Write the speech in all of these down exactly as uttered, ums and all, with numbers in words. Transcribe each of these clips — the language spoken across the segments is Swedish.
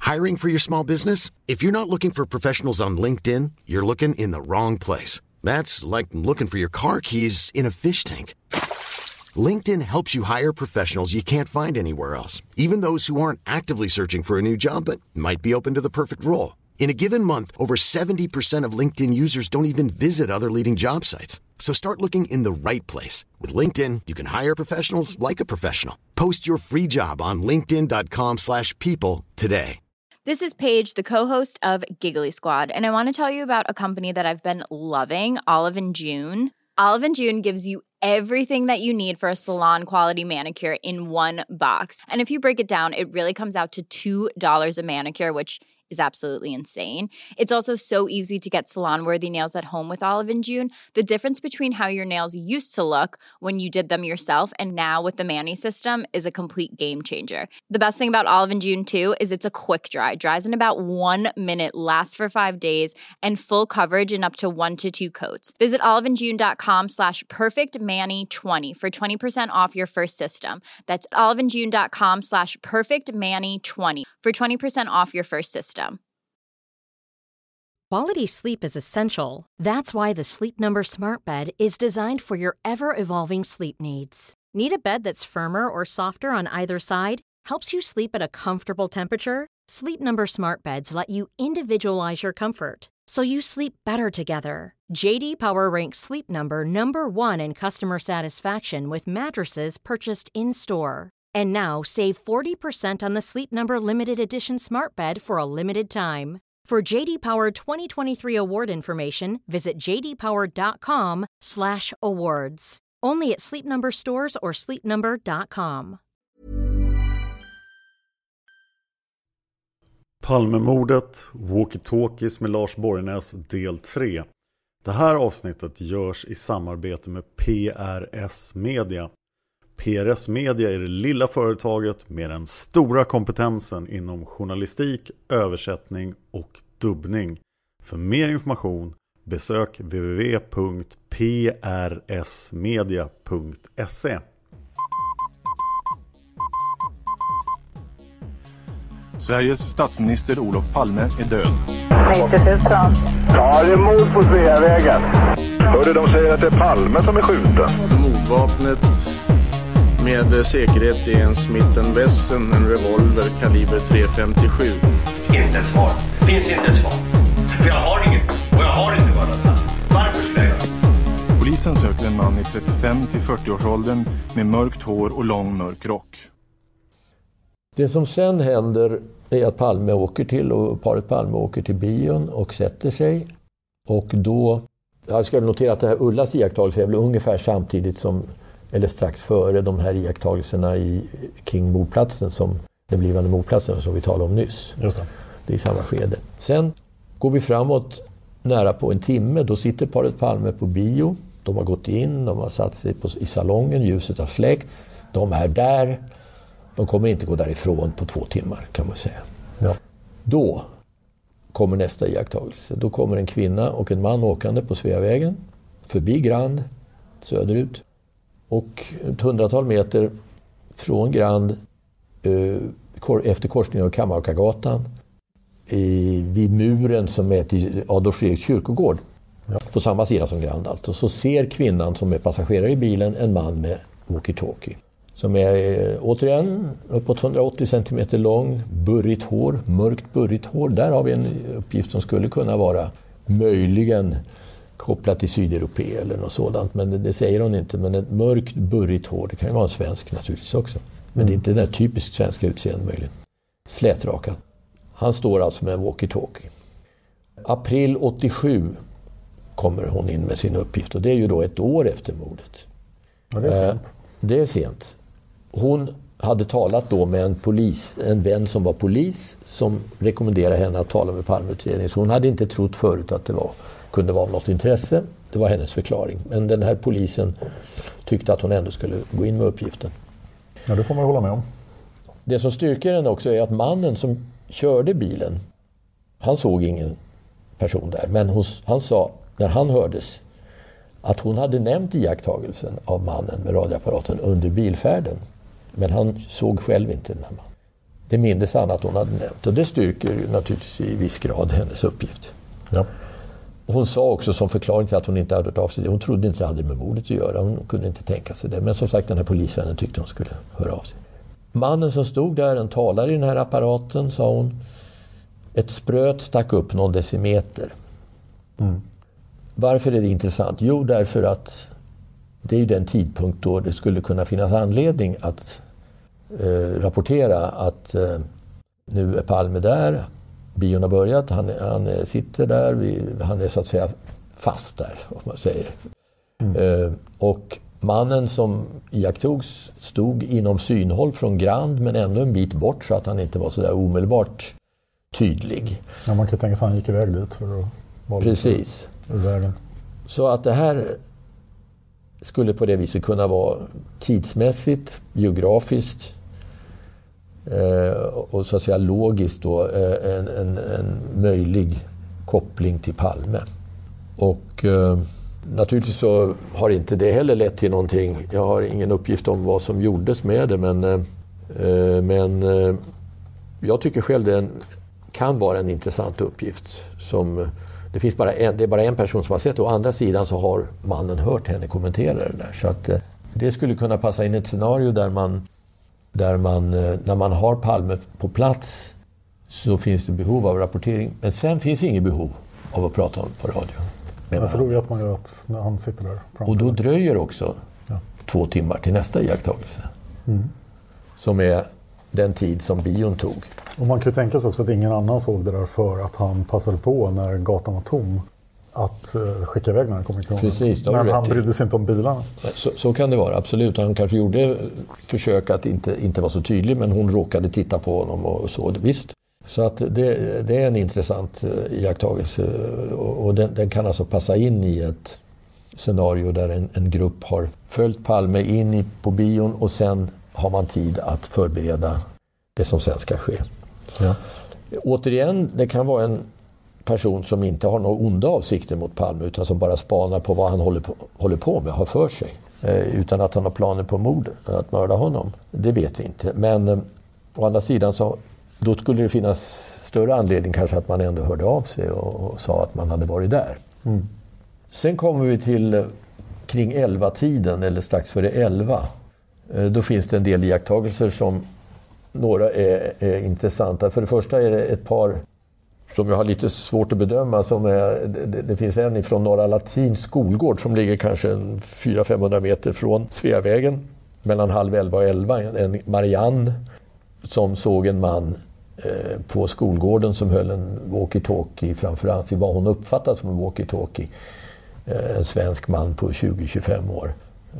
Hiring for your small business? If you're not looking for professionals on LinkedIn, you're looking in the wrong place. That's like looking for your car keys in a fish tank. LinkedIn helps you hire professionals you can't find anywhere else, even those who aren't actively searching for a new job but might be open to the perfect role. In a given month, over seventy percent of LinkedIn users don't even visit other leading job sites. So start looking in the right place. With LinkedIn, you can hire professionals like a professional. Post your free job on linkedin dot com slash people today. This is Paige, the co-host of Giggly Squad, and I want to tell you about a company that I've been loving, Olive and June. Olive and June gives you everything that you need for a salon-quality manicure in one box. And if you break it down, it really comes out to two dollars a manicure, which is absolutely insane. It's also so easy to get salon-worthy nails at home with Olive and June. The difference between how your nails used to look when you did them yourself and now with the Mani system is a complete game changer. The best thing about Olive and June, too, is it's a quick dry. Dries in about one minute, lasts for five days, and full coverage in up to one to two coats. Visit oliveandjune.com slash perfectmani20 for twenty percent off your first system. That's oliveandjune.com slash perfectmani20 for twenty percent off your first system. Quality sleep is essential. That's why the Sleep Number Smart Bed is designed for your ever-evolving sleep needs. Need a bed that's firmer or softer on either side? Helps you sleep at a comfortable temperature? Sleep Number Smart Beds let you individualize your comfort, so you sleep better together. J D Power ranks Sleep Number number one in customer satisfaction with mattresses purchased in-store. And now, save forty percent on the Sleep Number Limited Edition Smart Bed for a limited time. For J D Power twenty twenty-three award information, visit jdpower.com slash awards. Only at Sleep Number stores or sleep number dot com. Palmemordet, Walkie-talkies med Lars Borgnäs del tre. Det här avsnittet görs i samarbete med P R S Media. P R S Media är det lilla företaget med den stora kompetensen inom journalistik, översättning och dubbning. För mer information besök w w w punkt p r s media punkt s e. Sveriges statsminister Olof Palme är död. nittio tusen. Ja, det är mord på Sveavägen. Hörde de säger att det är Palme som är skjuten. Mordvapnet med säkerhet är en Smith and Wesson, en revolver kaliber tre femtiosju. Inte ett svar. Finns inte ett svar. För jag har inget. Och jag har inte varit. Varför skulle jag göra? Polisen söker en man i trettiofem till fyrtio-årsåldern med mörkt hår och lång mörk rock. Det som sen händer är att Palme åker till och paret Palme åker till bion och sätter sig. Och då, jag ska notera att det här Ullas iakttagelse är väl ungefär samtidigt som, eller strax före de här iakttagelserna i, kring mordplatsen, som den blivande mordplatsen som vi talade om nyss. Just det. Det är i samma skede. Sen går vi framåt nära på en timme. Då sitter paret Palme på bio. De har gått in, de har satt sig på, i salongen, ljuset har släckts. De är där. De kommer inte gå därifrån på två timmar, kan man säga. Ja. Då kommer nästa iakttagelse. Då kommer en kvinna och en man åkande på Sveavägen förbi Grand söderut. Och ett hundratal meter från Grand eh, efter korsningen av Kammarkagatan i, vid muren som är till Adolf Fredriks kyrkogård. Ja. På samma sida som Grand alltså. Så ser kvinnan som är passagerare i bilen en man med walkie-talkie. Som är återigen uppåt hundraåttio centimeter lång, burrigt hår, mörkt burrigt hår. Där har vi en uppgift som skulle kunna vara möjligen kopplat till sydeuropé eller något sådant. Men det säger hon inte. Men ett mörkt burrigt hår, det kan ju vara en svensk naturligtvis också. Men det är inte den här typiskt svenska utseende möjligen. Slätrakad. Han står alltså med en walkie-talkie. April åttiosju kommer hon in med sin uppgift. Och det är ju då ett år efter mordet. Ja, det är sent. Eh, det är sent. Hon hade talat då med en polis, en vän som var polis, som rekommenderade henne att tala med Palmeutredningen. Så hon hade inte trott förut att det var, kunde vara något intresse. Det var hennes förklaring. Men den här polisen tyckte att hon ändå skulle gå in med uppgiften. Ja, det får man hålla med om. Det som styrker den också är att mannen som körde bilen, han såg ingen person där. Men hon, han sa, när han hördes, att hon hade nämnt iakttagelsen av mannen med radioapparaten under bilfärden. Men han såg själv inte den här mannen. Det mindes han att hon hade nämnt. Och det styrker ju naturligtvis i viss grad hennes uppgift. Ja. Hon sa också som förklaring till att hon inte hade hört av sig. Hon trodde inte det hade med mordet att göra. Hon kunde inte tänka sig det. Men som sagt, den här polisvännen tyckte hon skulle höra av sig. Mannen som stod där, en talare i den här apparaten, sa hon. Ett spröt stack upp någon decimeter. Mm. Varför är det intressant? Jo, därför att det är ju den tidpunkt då det skulle kunna finnas anledning att eh, rapportera att eh, nu är Palme där. Bion har börjat, han, han sitter där, vi, han är så att säga fast där, om man säger. Mm. Eh, och mannen som iakttogs stod inom synhåll från Grand, men ändå en bit bort så att han inte var så där omedelbart tydlig. Ja, man kan tänka sig att han gick iväg dit för att vara Precis. ur vägen. Så att det här skulle på det viset kunna vara tidsmässigt, geografiskt eh, och så att säga logiskt då, eh, en, en, en möjlig koppling till Palme. Och eh, naturligtvis så har inte det heller lett till någonting. Jag har ingen uppgift om vad som gjordes med det, men, eh, men eh, jag tycker själv det en, kan vara en intressant uppgift. Som, det, finns bara en, det är bara en person som har sett det. Å andra sidan så har mannen hört henne kommentera det där. Så att, eh, det skulle kunna passa in i ett scenario där man, där man eh, när man har Palme på plats så finns det behov av rapportering. Men sen finns inget behov av att prata om på radio. Ja, för då vet man ju att när han sitter där. Och då dröjer också ja. två timmar till nästa iakttagelse. Mm. Som är den tid som bion tog. Och man kan ju tänka sig också att ingen annan såg det där för att han passade på när gatan var tom att uh, skicka iväg när han kom ikrån. Precis, men han brydde sig inte om bilarna. Så, så kan det vara, absolut. Han kanske gjorde försök att inte, inte vara så tydlig, men hon råkade titta på honom och så. Visst. Så att det, det är en intressant iakttagelse och, och den, den kan alltså passa in i ett scenario där en, en grupp har följt Palme in i, på bion och sen har man tid att förbereda det som sen ska ske. Ja. Återigen, det kan vara en person som inte har några onda avsikter mot Palme utan som bara spanar på vad han håller på, håller på med, har för sig. Eh, utan att han har planer på mord, att mörda honom. Det vet vi inte. Men eh, å andra sidan så då skulle det finnas större anledning kanske att man ändå hörde av sig och, och sa att man hade varit där. Mm. Sen kommer vi till eh, kring elva-tiden eller strax före elva. Eh, då finns det en del iakttagelser som några är, är intressanta. För det första är det ett par som jag har lite svårt att bedöma. Som är, det, det finns en från Norra Latins skolgård som ligger kanske fyra till femhundra meter från Sveavägen. Mellan halv elva och elva. En Marianne som såg en man eh, på skolgården som höll en walkie-talkie, framförallt i vad hon uppfattas som en walkie-talkie. Eh, en svensk man på tjugo till tjugofem år.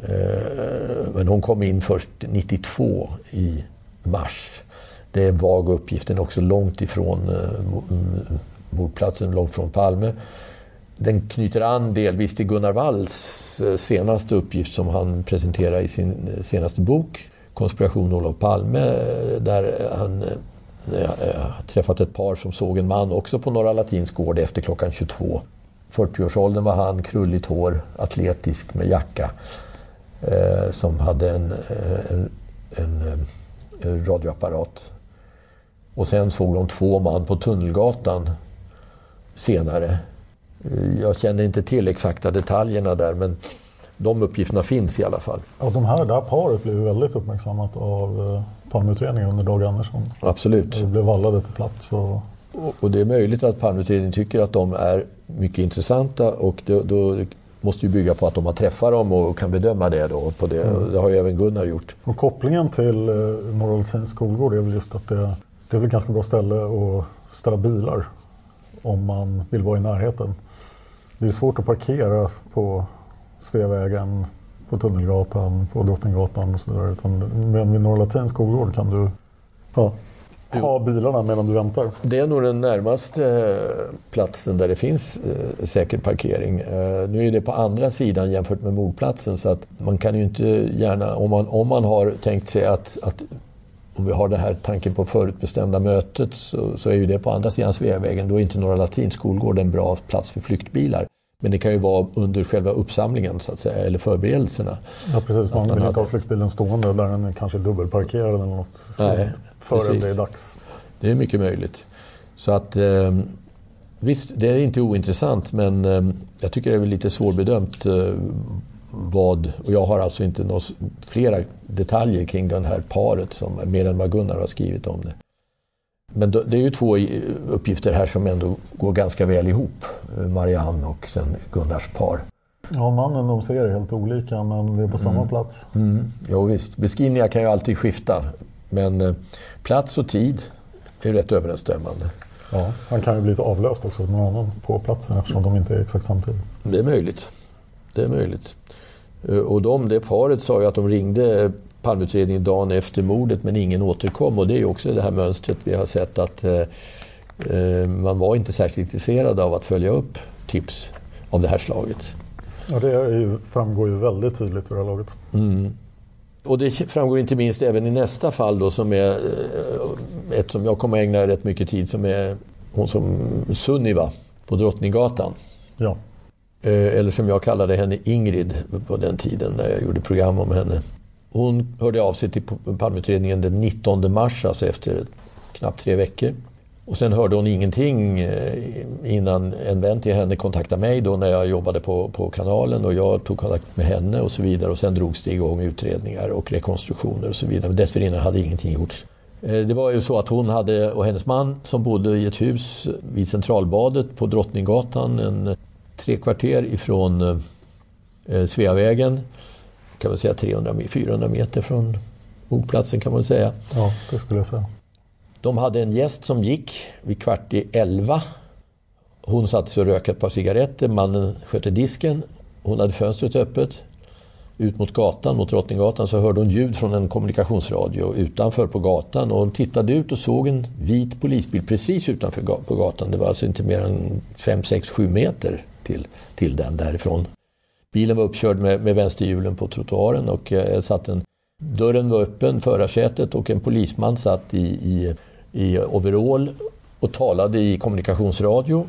Eh, men hon kom in först nittiotvå i mars. Det är en vag uppgift, den är också långt ifrån eh, mordplatsen, långt från Palme. Den knyter an delvis till Gunnar Walls eh, senaste uppgift som han presenterar i sin eh, senaste bok, Konspiration Olof Palme, där han eh, träffat ett par som såg en man också på Norra Latins gård efter klockan tjugotvå. fyrtioårsåldern var han, krulligt hår, atletisk med jacka, eh, som hade en, en, en, en radioapparat. Och sen såg de två man på Tunnelgatan senare. Jag känner inte till exakta detaljerna där, men de uppgifterna finns i alla fall. Och de här, det här paret blev väldigt uppmärksammat av eh, Palmeutredningen under Dag Andersson. Absolut. Det blev vallade på plats. Och... Och, och det är möjligt att Palmeutredningen tycker att de är mycket intressanta och det, då måste ju bygga på att de har träffat dem och kan bedöma det då. På det. Mm. Det har ju även Gunnar gjort. Och kopplingen till eh, Norra Latins skolgård är väl just att det, det är väl ett ganska bra ställe att ställa bilar om man vill vara i närheten. Det är svårt att parkera på Sveavägen, på Tunnelgatan, på Drottninggatan och så vidare. Utan med, med Norra Latins skolgård kan du ja, ha bilarna medan du väntar. Det är nog den närmaste eh, platsen där det finns eh, säker parkering. Eh, nu är det på andra sidan jämfört med mordplatsen, så att man kan ju inte gärna, om man, om man har tänkt sig att, att om vi har den här tanken på förutbestämda mötet så, så är ju det på andra sidan Sveavägen. Då är inte Norra Latins skolgård en bra plats för flyktbilar. Men det kan ju vara under själva uppsamlingen så att säga, eller förberedelserna. Ja precis, man, man vill hade... inte ha flyktbilen stående där den är kanske dubbelparkerad eller något. Nej, förrän det är dags. Det är mycket möjligt. Så att eh, visst, det är inte ointressant, men eh, jag tycker det är lite svårbedömt eh, vad, och jag har alltså inte några flera detaljer kring den här paret som mer än vad Gunnar har skrivit om det. Men då, det är ju två uppgifter här som ändå går ganska väl ihop. Marianne och sen Gunnars par. Ja, mannen de ser helt olika, men det är på samma mm. plats. Mm. Ja, visst. Beskrivningar kan ju alltid skifta. Men eh, plats och tid är rätt överensstämmande. Ja, han kan ju bli så avlöst också av någon annan på platsen eftersom de inte är exakt samtidigt. Det är möjligt. Det är möjligt. Och de, det paret sa ju att de ringde Palmeutredningen dagen efter mordet men ingen återkom. Och det är ju också det här mönstret vi har sett att eh, man var inte särskilt intresserad av att följa upp tips av det här slaget. Ja, det är ju, framgår ju väldigt tydligt vid det här laget. Mm. Och det framgår inte minst även i nästa fall då, som är ett som jag kommer att ägna rätt mycket tid, som är hon som Sunniva på Drottninggatan. Ja. Eller som jag kallade henne, Ingrid, på den tiden när jag gjorde program om henne. Hon hörde av sig till Palmeutredningen den nittonde mars, alltså efter knappt tre veckor. Och sen hörde hon ingenting innan en vän till henne kontaktade mig då när jag jobbade på, på kanalen, och jag tog kontakt med henne och så vidare, och sen drogs det igång utredningar och rekonstruktioner och så vidare. Men dessförinnan hade ingenting gjorts. Det var ju så att hon hade, och hennes man som bodde i ett hus vid Centralbadet på Drottninggatan, en tre kvarter ifrån eh, Sveavägen, kan man säga trehundra till fyrahundra meter från boplatsen kan man säga. Ja, det skulle jag säga. De hade en gäst som gick vid kvart i elva. Hon satt sig och rökte ett par cigaretter. Mannen skötte disken. Hon hade fönstret öppet. Ut mot gatan, mot Drottninggatan, så hörde hon ljud från en kommunikationsradio utanför på gatan. Och hon tittade ut och såg en vit polisbil precis utanför på gatan. Det var alltså inte mer än fem, sex, sju meter till, till den därifrån. Bilen var uppkörd med, med vänsterhjulen på trottoaren, och eh, satt en, dörren var öppen, förarsätet, och en polisman satt i, i, i overall och talade i kommunikationsradio.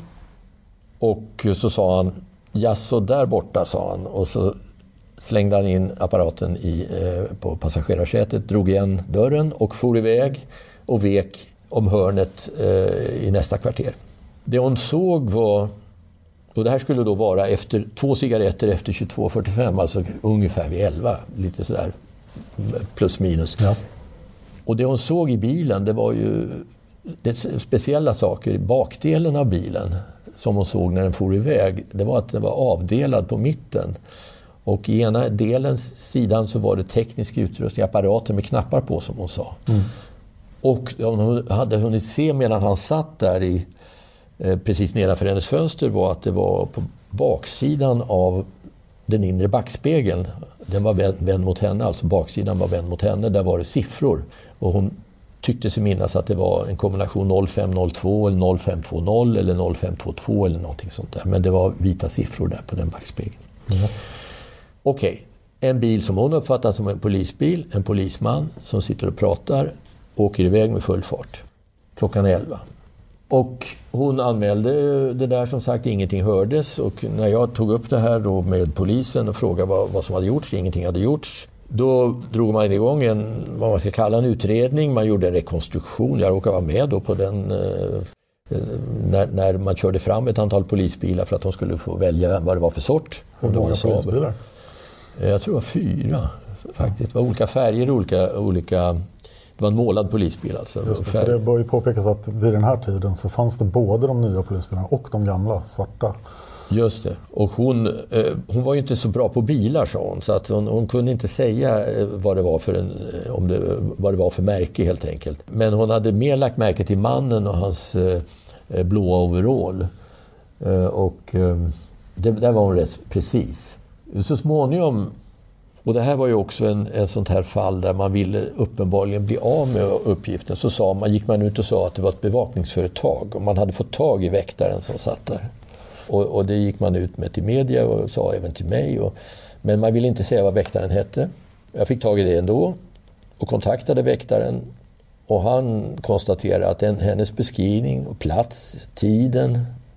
Och så sa han, ja, så där borta, sa han, och så slängde han in apparaten i, eh, på passagerarsätet, drog igen dörren och for iväg och vek om hörnet eh, i nästa kvarter. Det hon såg var, och det här skulle då vara efter två cigaretter efter tjugotvå fyrtiofem, alltså ungefär vid elva, lite sådär plus minus. Ja. Och det hon såg i bilen, det var ju det speciella saker i bakdelen av bilen som hon såg när den for iväg. Det var att den var avdelad på mitten. Och i ena delens sidan så var det teknisk utrustning, apparater med knappar på, som hon sa. Mm. Och hon hade hunnit se medan han satt där i, eh, precis nedanför hennes fönster, var att det var på baksidan av den inre backspegeln. Den var vänd, vänd mot henne, alltså baksidan var vänd mot henne. Där var det siffror. Och hon tyckte sig minnas att det var en kombination noll fem noll två eller noll fem två noll eller noll fem två två eller någonting sånt där. Men det var vita siffror där på den backspegeln. Mm. Okej, okay. En bil som hon uppfattar som en polisbil, en polisman som sitter och pratar, åker iväg med full fart klockan elva. Och hon anmälde det där, som sagt, ingenting hördes, och när jag tog upp det här då med polisen och frågade vad, vad som hade gjorts, ingenting hade gjorts. Då drog man igång en, vad man ska kalla en utredning, man gjorde en rekonstruktion, jag råkade vara med då på den eh, när, när man körde fram ett antal polisbilar för att de skulle få välja vad det var för sort. Hur många polisbilar? Jag tror det var fyra faktiskt. Det var olika färger, olika, olika, det var en målad polisbil alltså. Just det, för det bör ju påpekas att vid den här tiden så fanns det både de nya polisbilarna och de gamla svarta. Just det. Och hon, eh, hon var ju inte så bra på bilar, sa hon, så att hon, hon kunde inte säga vad det var för en, om det, vad det var för märke helt enkelt. Men hon hade mer lagt märke till mannen och hans eh, blåa overall. Eh, och eh, det, där var hon rätt precis. Så småningom, och det här var ju också en, en sånt här fall där man ville uppenbarligen bli av med uppgiften, så sa man, gick man ut och sa att det var ett bevakningsföretag och man hade fått tag i väktaren som satt där. Och, och det gick man ut med till media och sa även till mig. Och, men man ville inte säga vad väktaren hette. Jag fick tag i det ändå och kontaktade väktaren. Och han konstaterade att den, hennes beskrivning och plats, tiden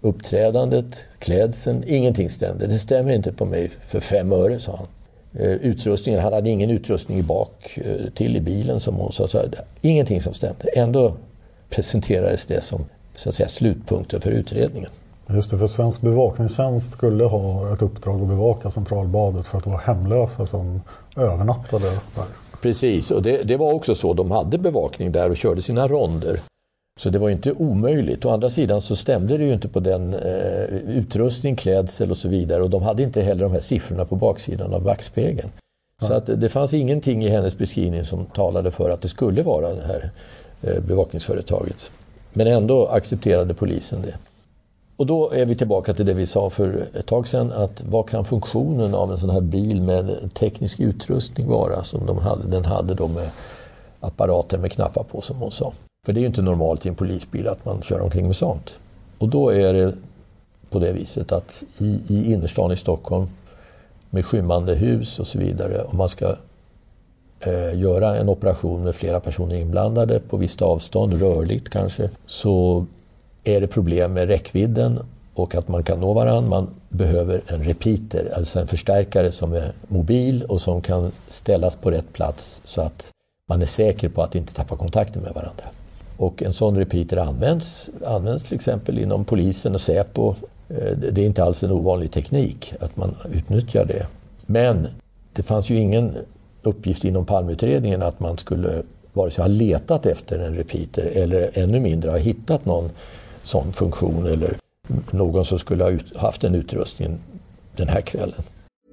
uppträdandet, klädseln, ingenting stämde. Det stämmer inte på mig för fem öre, sa han. Utrustningen, han hade ingen utrustning i bak till i bilen som hon sa. Så ingenting som stämde. Ändå presenterades det som så att säga, slutpunkten för utredningen. Just det, för svensk bevakningstjänst skulle ha ett uppdrag att bevaka Centralbadet för att vara hemlösa som övernattade där. Precis, och det, det var också så. De hade bevakning där och körde sina ronder. Så det var inte omöjligt. Å andra sidan så stämde det ju inte på den eh, utrustning, klädsel och så vidare. Och de hade inte heller de här siffrorna på baksidan av backspegeln. Ja. Så att det fanns ingenting i hennes beskrivning som talade för att det skulle vara det här eh, bevakningsföretaget. Men ändå accepterade polisen det. Och då är vi tillbaka till det vi sa för ett tag sedan, att vad kan funktionen av en sån här bil med teknisk utrustning vara som de hade, den hade då med apparater med knappar på, som hon sa. För det är ju inte normalt i en polisbil att man kör omkring med sånt. Och då är det på det viset att i, i innerstan i Stockholm med skymmande hus och så vidare, om man ska eh, göra en operation med flera personer inblandade på visst avstånd, rörligt kanske, så är det problem med räckvidden och att man kan nå varandra. Man behöver en repeater, alltså en förstärkare som är mobil och som kan ställas på rätt plats så att man är säker på att inte tappa kontakten med varandra. Och en sån repeater används, används till exempel inom polisen och Säpo. Det är inte alls en ovanlig teknik att man utnyttjar det. Men det fanns ju ingen uppgift inom Palmeutredningen att man skulle vare sig ha letat efter en repeater eller ännu mindre ha hittat någon sån funktion eller någon som skulle ha haft en utrustning den här kvällen.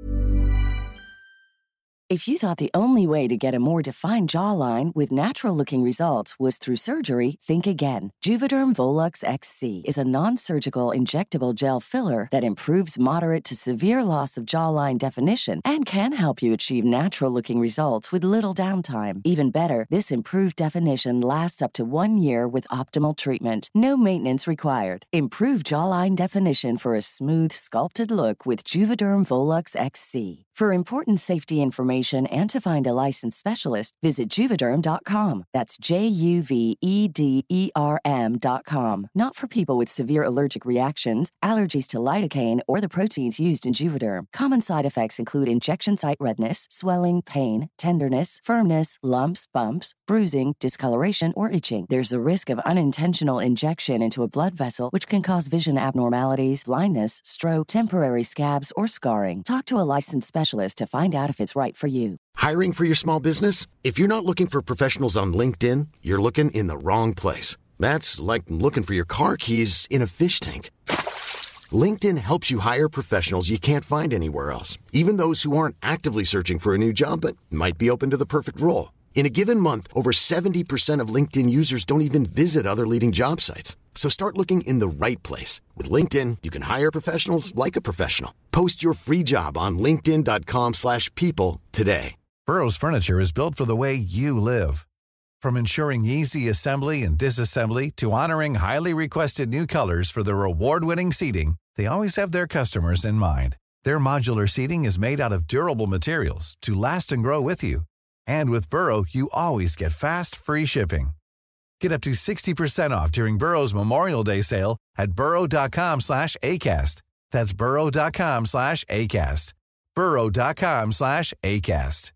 If you thought the only way to get a more defined jawline with natural-looking results was through surgery, think again. Juvederm Volux X C is a non-surgical injectable gel filler that improves moderate to severe loss of jawline definition and can help you achieve natural-looking results with little downtime. Even better, this improved definition lasts up to one year with optimal treatment. No maintenance required. Improve jawline definition for a smooth, sculpted look with Juvederm Volux X C. For important safety information and to find a licensed specialist, visit Juvederm dot com. That's J U V E D E R M dot com. Not for people with severe allergic reactions, allergies to lidocaine, or the proteins used in Juvederm. Common side effects include injection site redness, swelling, pain, tenderness, firmness, lumps, bumps, bruising, discoloration, or itching. There's a risk of unintentional injection into a blood vessel, which can cause vision abnormalities, blindness, stroke, temporary scabs, or scarring. Talk to a licensed specialist to find out if it's right for you. Hiring for your small business? If you're not looking for professionals on LinkedIn, you're looking in the wrong place. That's like looking for your car keys in a fish tank. LinkedIn helps you hire professionals you can't find anywhere else, even those who aren't actively searching for a new job but might be open to the perfect role. In a given month, over seventy percent of LinkedIn users don't even visit other leading job sites. So start looking in the right place. With LinkedIn, you can hire professionals like a professional. Post your free job on linkedin dot com slash people today. Burrow's furniture is built for the way you live. From ensuring easy assembly and disassembly to honoring highly requested new colors for their award-winning seating, they always have their customers in mind. Their modular seating is made out of durable materials to last and grow with you. And with Burrow, you always get fast, free shipping. Get up to sixty percent off during Burrow's Memorial Day sale at burrow dot com slash acast. That's burrow dot com slash acast. burrow dot com slash acast.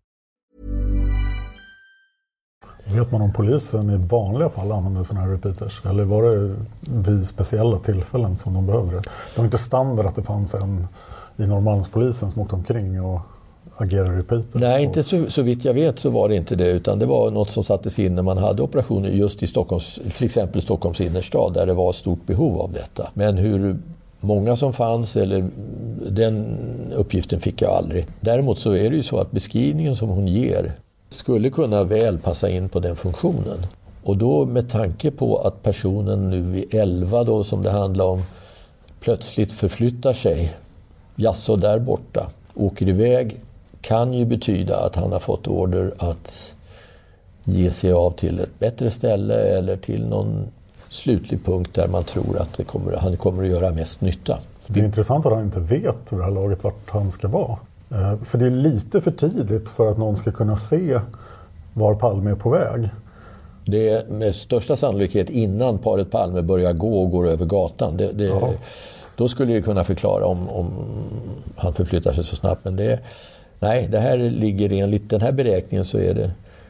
Vet man om polisen i vanliga fall använder sådana här repeaters? Eller var det vid speciella tillfällen som de behövde det? Det var inte standard att det fanns en i Norrmalmspolisen som åkte omkring och agerade repeater. Nej, inte så, så vitt jag vet så var det inte det, utan det var något som sattes in när man hade operationer just i Stockholms, till exempel Stockholms innerstad, där det var stort behov av detta. Men hur många som fanns, eller den uppgiften fick jag aldrig. Däremot så är det ju så att beskrivningen som hon ger skulle kunna väl passa in på den funktionen. Och då med tanke på att personen nu vid elva då, som det handlar om, plötsligt förflyttar sig, jaså där borta, åker iväg, kan ju betyda att han har fått order att ge sig av till ett bättre ställe eller till någon slutlig punkt där man tror att det kommer, han kommer att göra mest nytta. Det är intressant att han inte vet hur det här laget vart han ska vara. För det är lite för tidigt för att någon ska kunna se var Palme är på väg. Det är med största sannolikhet innan paret Palme börjar gå och går över gatan. Det, det, ja. Då skulle det kunna förklara om, om han förflyttar sig så snabbt. Men det, nej, det här ligger enligt den här beräkningen så är det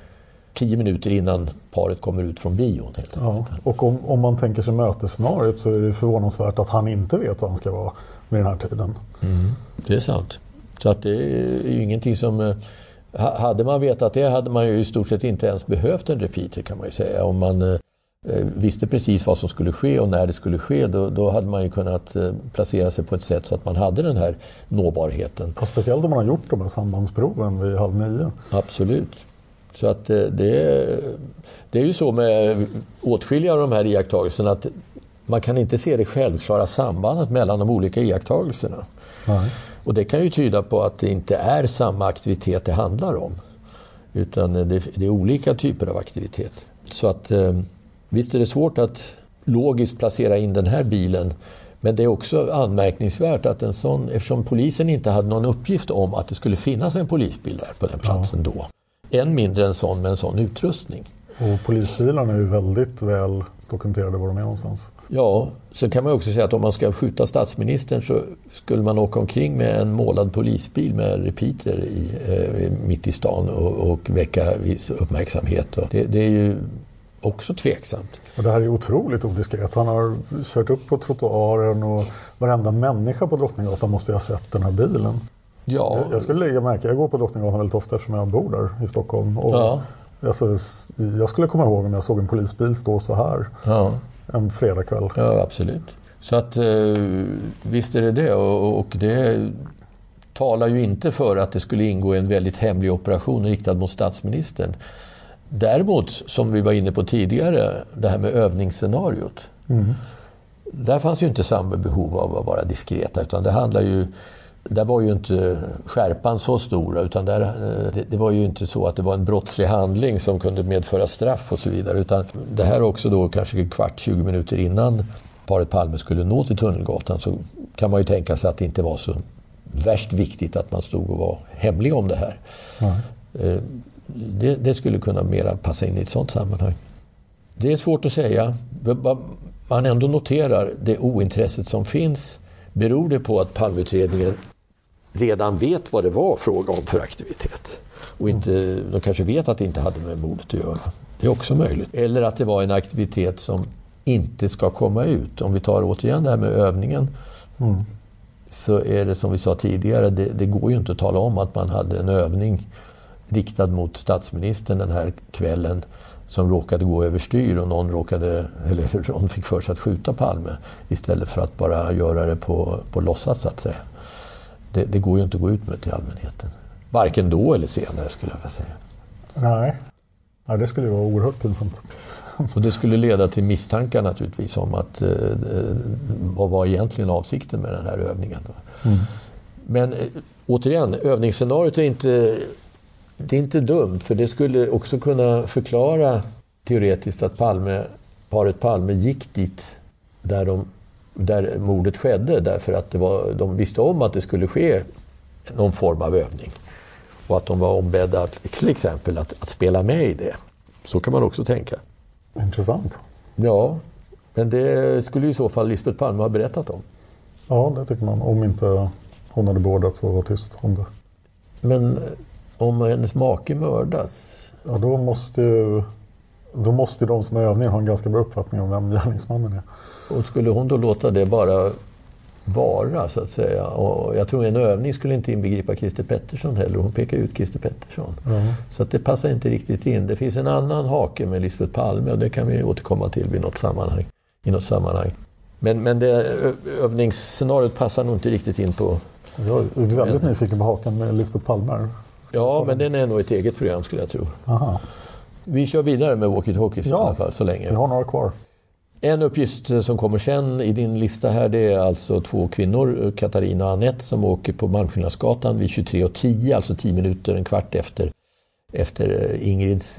tio minuter innan paret kommer ut från bion. Helt ja. Och om, om man tänker sig mötesscenariot så är det förvånansvärt att han inte vet vad han ska vara med den här tiden. Mm, det är sant. Så att det är ju ingenting som... Hade man vetat det hade man ju i stort sett inte ens behövt en repeater, kan man ju säga. Om man eh, visste precis vad som skulle ske och när det skulle ske, då, då hade man ju kunnat eh, placera sig på ett sätt så att man hade den här nåbarheten. Och speciellt om man har gjort de här sambandsproven vid halv nio. Absolut. Så att eh, det, det är ju så med åtskilliga av de här iakttagelserna att man kan inte se det självklara sambandet mellan de olika iakttagelserna. Nej. Och det kan ju tyda på att det inte är samma aktivitet det handlar om. Utan det, det är olika typer av aktivitet. Så att eh, visst är det svårt att logiskt placera in den här bilen. Men det är också anmärkningsvärt att en sån, eftersom polisen inte hade någon uppgift om att det skulle finnas en polisbil där på den platsen ja. Då. Än mindre en sån med en sån utrustning. Och polisbilarna är ju väldigt väl dokumenterade var de är någonstans. Ja, så kan man också säga att om man ska skjuta statsministern så skulle man åka omkring med en målad polisbil med repeater i, eh, mitt i stan och, och väcka viss uppmärksamhet. Och det, det är ju också tveksamt. Och det här är otroligt odiskret. Han har kört upp på trottoaren och varenda människa på Drottninggatan måste ha sett den här bilen. Ja. Jag, jag skulle lägga märke, jag går på Drottninggatan väldigt ofta eftersom jag bor där i Stockholm. Och ja. alltså, jag skulle komma ihåg om jag såg en polisbil stå så här. Ja. En fredagkväll. Ja, absolut. Så att eh, visst är det det. Och, och det talar ju inte för att det skulle ingå en väldigt hemlig operation riktad mot statsministern. Däremot, som vi var inne på tidigare, det här med övningsscenariot. Mm. Där fanns ju inte samma behov av att vara diskreta, utan det handlar ju... Där var ju inte skärpan så stora, utan där, det, det var ju inte så att det var en brottslig handling som kunde medföra straff och så vidare, utan det här också då kanske en kvart, tjugo minuter innan paret Palme skulle nå till Tunnelgatan så kan man ju tänka sig att det inte var så värst viktigt att man stod och var hemlig om det här. Mm. Det, det skulle kunna mera passa in i ett sådant sammanhang. Det är svårt att säga. Man ändå noterar det ointresset som finns. Beror det på att Palmeutredningen redan vet vad det var fråga om för aktivitet? Och inte, de kanske vet att det inte hade med mordet att göra. Det är också möjligt. Eller att det var en aktivitet som inte ska komma ut. Om vi tar återigen det här med övningen mm. så är det som vi sa tidigare, det, det går ju inte att tala om att man hade en övning riktad mot statsministern den här kvällen som råkade gå överstyr och någon råkade, eller någon fick för sig att skjuta Palme istället för att bara göra det på, på låtsas så att säga. Det, det går ju inte att gå ut med till allmänheten. Varken då eller senare skulle jag vilja säga. Nej, ja, det skulle ju vara oerhört pinsamt. Och det skulle leda till misstankar naturligtvis om att eh, vad var egentligen avsikten med den här övningen. Mm. Men eh, återigen, övningsscenariot är inte... Det är inte dumt, för det skulle också kunna förklara teoretiskt att Palme, paret Palme gick dit där, de, där mordet skedde därför att det var, de visste om att det skulle ske någon form av övning och att de var ombedda att, till exempel att, att spela med i det. Så kan man också tänka. Intressant. Ja, men det skulle i så fall Lisbeth Palme ha berättat om. Ja, det tycker man. Om inte hon hade beordrat så var tyst om det. Men... Om hennes make mördas? Ja, då måste ju, då måste de som är övningen ha en ganska bra uppfattning om vem gärningsmannen är. Och skulle hon då låta det bara vara så att säga? Och jag tror en övning skulle inte inbegripa Christer Pettersson heller. Hon pekar ut Christer Pettersson. Mm. Så att det passar inte riktigt in. Det finns en annan hake med Lisbeth Palme och det kan vi återkomma till vid något sammanhang, i något sammanhang. Men, men det övningsscenariot passar nog inte riktigt in på... Jag är väldigt en... nyfiken på haken med Lisbeth Palme. Ja, men den är nog ett eget program skulle jag tro. Aha. Vi kör vidare med walkie-talkies ja, i alla fall så länge. Vi har några kvar. En uppgift som kommer sen i din lista här, det är alltså två kvinnor, Katarina och Annette, som åker på Malmskillnadsgatan vid tjugotre och tio, alltså tio minuter, en kvart efter, efter Ingrids,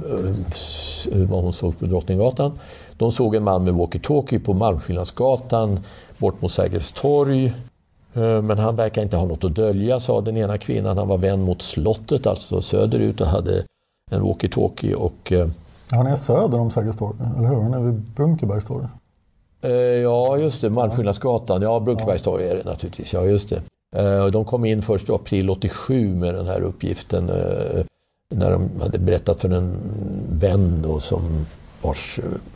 vad hon såg på Drottninggatan. De såg en man med walkie-talkie på Malmskillnadsgatan bort mot Sergels torg. Men han verkar inte ha något att dölja, sa den ena kvinnan. Han var vän mot slottet, alltså söderut, och hade en walkie-talkie och Han är söder om Sergels torg, eller hur? Han är vid Brunkebergs torg. Uh, ja, just det. Malmskillnadsgatan. Ja, Brunkebergs torg är det naturligtvis. Ja, just det. Uh, de kom in först i april åttiosju med den här uppgiften. Uh, när de hade berättat för en vän då, som vars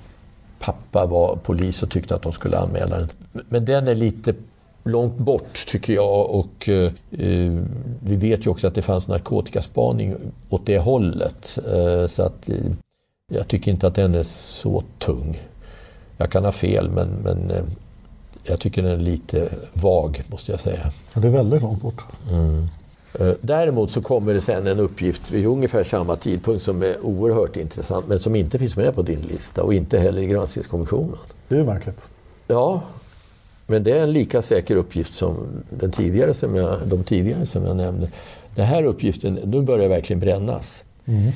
pappa var polis och tyckte att de skulle anmäla den. Men den är lite långt bort tycker jag, och eh, vi vet ju också att det fanns narkotikaspaning åt det hållet. Eh, så att eh, jag tycker inte att den är så tung. Jag kan ha fel, men, men eh, jag tycker den är lite vag, måste jag säga. Ja, det är väldigt långt bort. Mm. Däremot så kommer det sen en uppgift vid ungefär samma tidpunkt som är oerhört intressant, men som inte finns med på din lista och inte heller i granskningskommissionen. Det är ju märkligt. Ja, men det är en lika säker uppgift som den tidigare som jag, de tidigare som jag nämnde. Den här uppgiften, nu börjar verkligen brännas. Mm.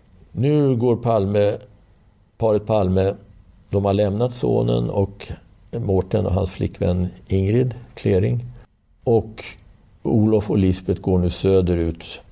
Nu går Palme, paret Palme, de har lämnat sonen och Mårten och hans flickvän Ingrid Klering, och Olof och Lisbeth går nu söderut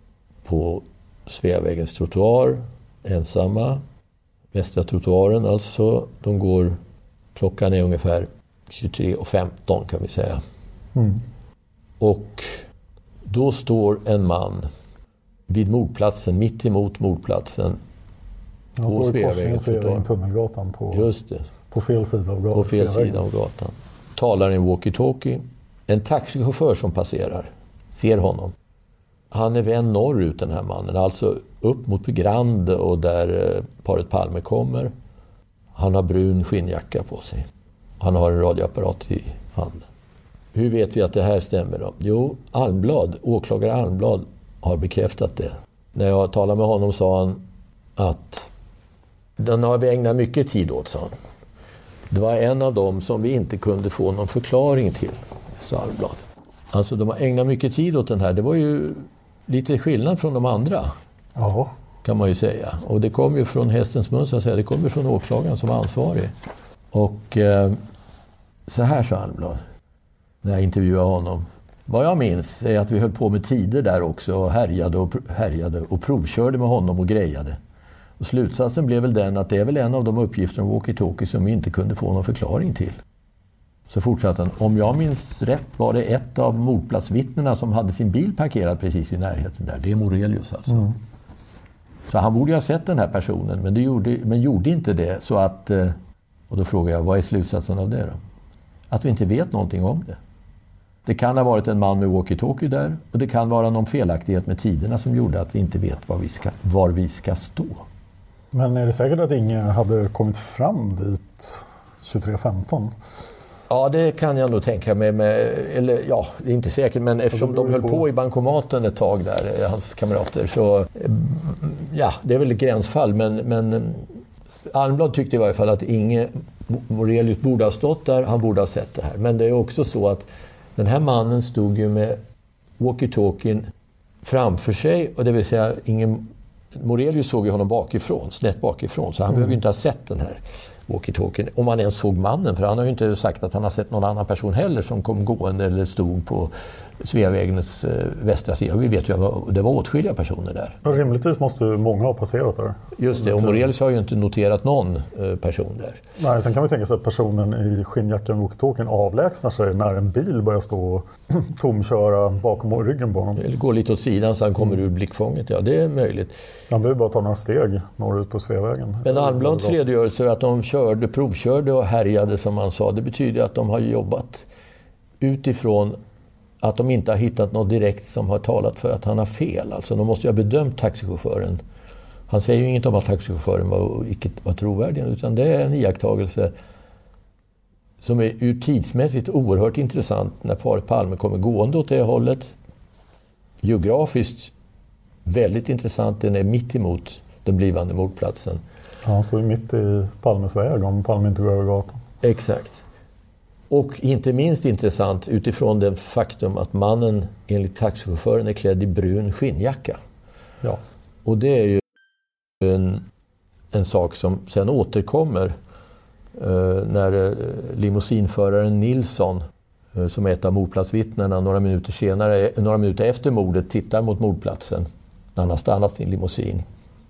på Sveavägens trottoar, ensamma. Västra trottoaren alltså. De går, klockan är ungefär tjugotre och femton kan vi säga. Mm. Och då står en man vid mordplatsen, mitt emot mordplatsen. Han på står i korsningen Sveavägen Tunnelgatan på, Just det. på fel sida av gatan. På fel sida av gatan. Talar en walkie-talkie. En taxichaufför som passerar ser honom. Han är vän norrut, den här mannen. Alltså upp mot Grand och där paret Palme kommer. Han har brun skinnjacka på sig. Han har en radioapparat i handen. Hur vet vi att det här stämmer då? Jo, Almblad, åklagare Almblad har bekräftat det. När jag talade med honom sa han att den har vi ägnat mycket tid åt, sa han. Det var en av dem som vi inte kunde få någon förklaring till, sa Almblad. Alltså de har ägnat mycket tid åt den här. Det var ju lite skillnad från de andra. Ja. Kan man ju säga. Och det kom ju från hästens mun, så att säga. Det kom ju från åklagaren som var ansvarig. Och eh, så här sa Almblad när jag intervjuade honom. Vad jag minns är att vi höll på med tider där också och härjade och, härjade och provkörde med honom och grejade. Och slutsatsen blev väl den att det är väl en av de uppgifter om walkie-talkie som vi inte kunde få någon förklaring till. Så fortsatte han. Om jag minns rätt var det ett av mordplatsvittnena som hade sin bil parkerad precis i närheten där. Det är Morelius alltså. Mm. Så han borde ju ha sett den här personen, men, det gjorde, men gjorde inte det. Så att, och då frågar jag, vad är slutsatsen av det då? Att vi inte vet någonting om det. Det kan ha varit en man med walkie-talkie där, och det kan vara någon felaktighet med tiderna som gjorde att vi inte vet var vi ska, var vi ska stå. Men är det säkert att ingen hade kommit fram dit tjugotre femton? Ja, det kan jag nog tänka mig. Med, eller ja, det är inte säkert, men eftersom de höll på. på i bankomaten ett tag där, hans kamrater, så ja, det är väl ett gränsfall. Men, men Almblad tyckte i varje fall att Inge Morelius borde ha stått där, han borde ha sett det här. Men det är också så att den här mannen stod ju med walkie-talkien framför sig, och det vill säga Inge Morelius såg ju honom bakifrån, snett bakifrån, så han mm. behöver ju inte ha sett den här walkie-talkien, om han ens såg mannen, för han har ju inte sagt att han har sett någon annan person heller som kom gående eller stod på Sveavägens eh, västra sida. Vi vet ju att det var åtskilliga personer där. Ja, rimligtvis måste många ha passerat där. Just det, och Morelius har ju inte noterat någon eh, person där. Nej, sen kan vi tänka sig att personen i skinnjackan och walkie-talkien avlägsnar sig när en bil börjar stå och tomköra bakom ryggen på honom. Eller går lite åt sidan så han kommer mm. ur blickfånget. Ja, det är möjligt. Han behöver bara ta några steg norrut på Sveavägen. Men Almblads redogörelse att de körde, provkörde och härjade, som han sa, det betyder att de har jobbat utifrån att de inte har hittat något direkt som har talat för att han har fel. Alltså de måste ju ha bedömt taxichauffören. Han säger ju inget om att taxichauffören var, icke var trovärdig, utan det är en iakttagelse som är ur tidsmässigt oerhört intressant när paret Palme kommer gående åt det hållet. Geografiskt väldigt intressant, den är mitt emot den blivande mordplatsen. Ja, han står ju mitt i Palmes väg om Palme inte går över gatan. Exakt. Och inte minst intressant utifrån den faktum att mannen enligt taxichauffören är klädd i brun skinnjacka. Ja. Och det är ju en, en sak som sen återkommer eh, när eh, limousinföraren Nilsson, eh, som är ett av mordplatsvittnena, några minuter senare, några minuter efter mordet tittar mot mordplatsen när han har stannat sin limousin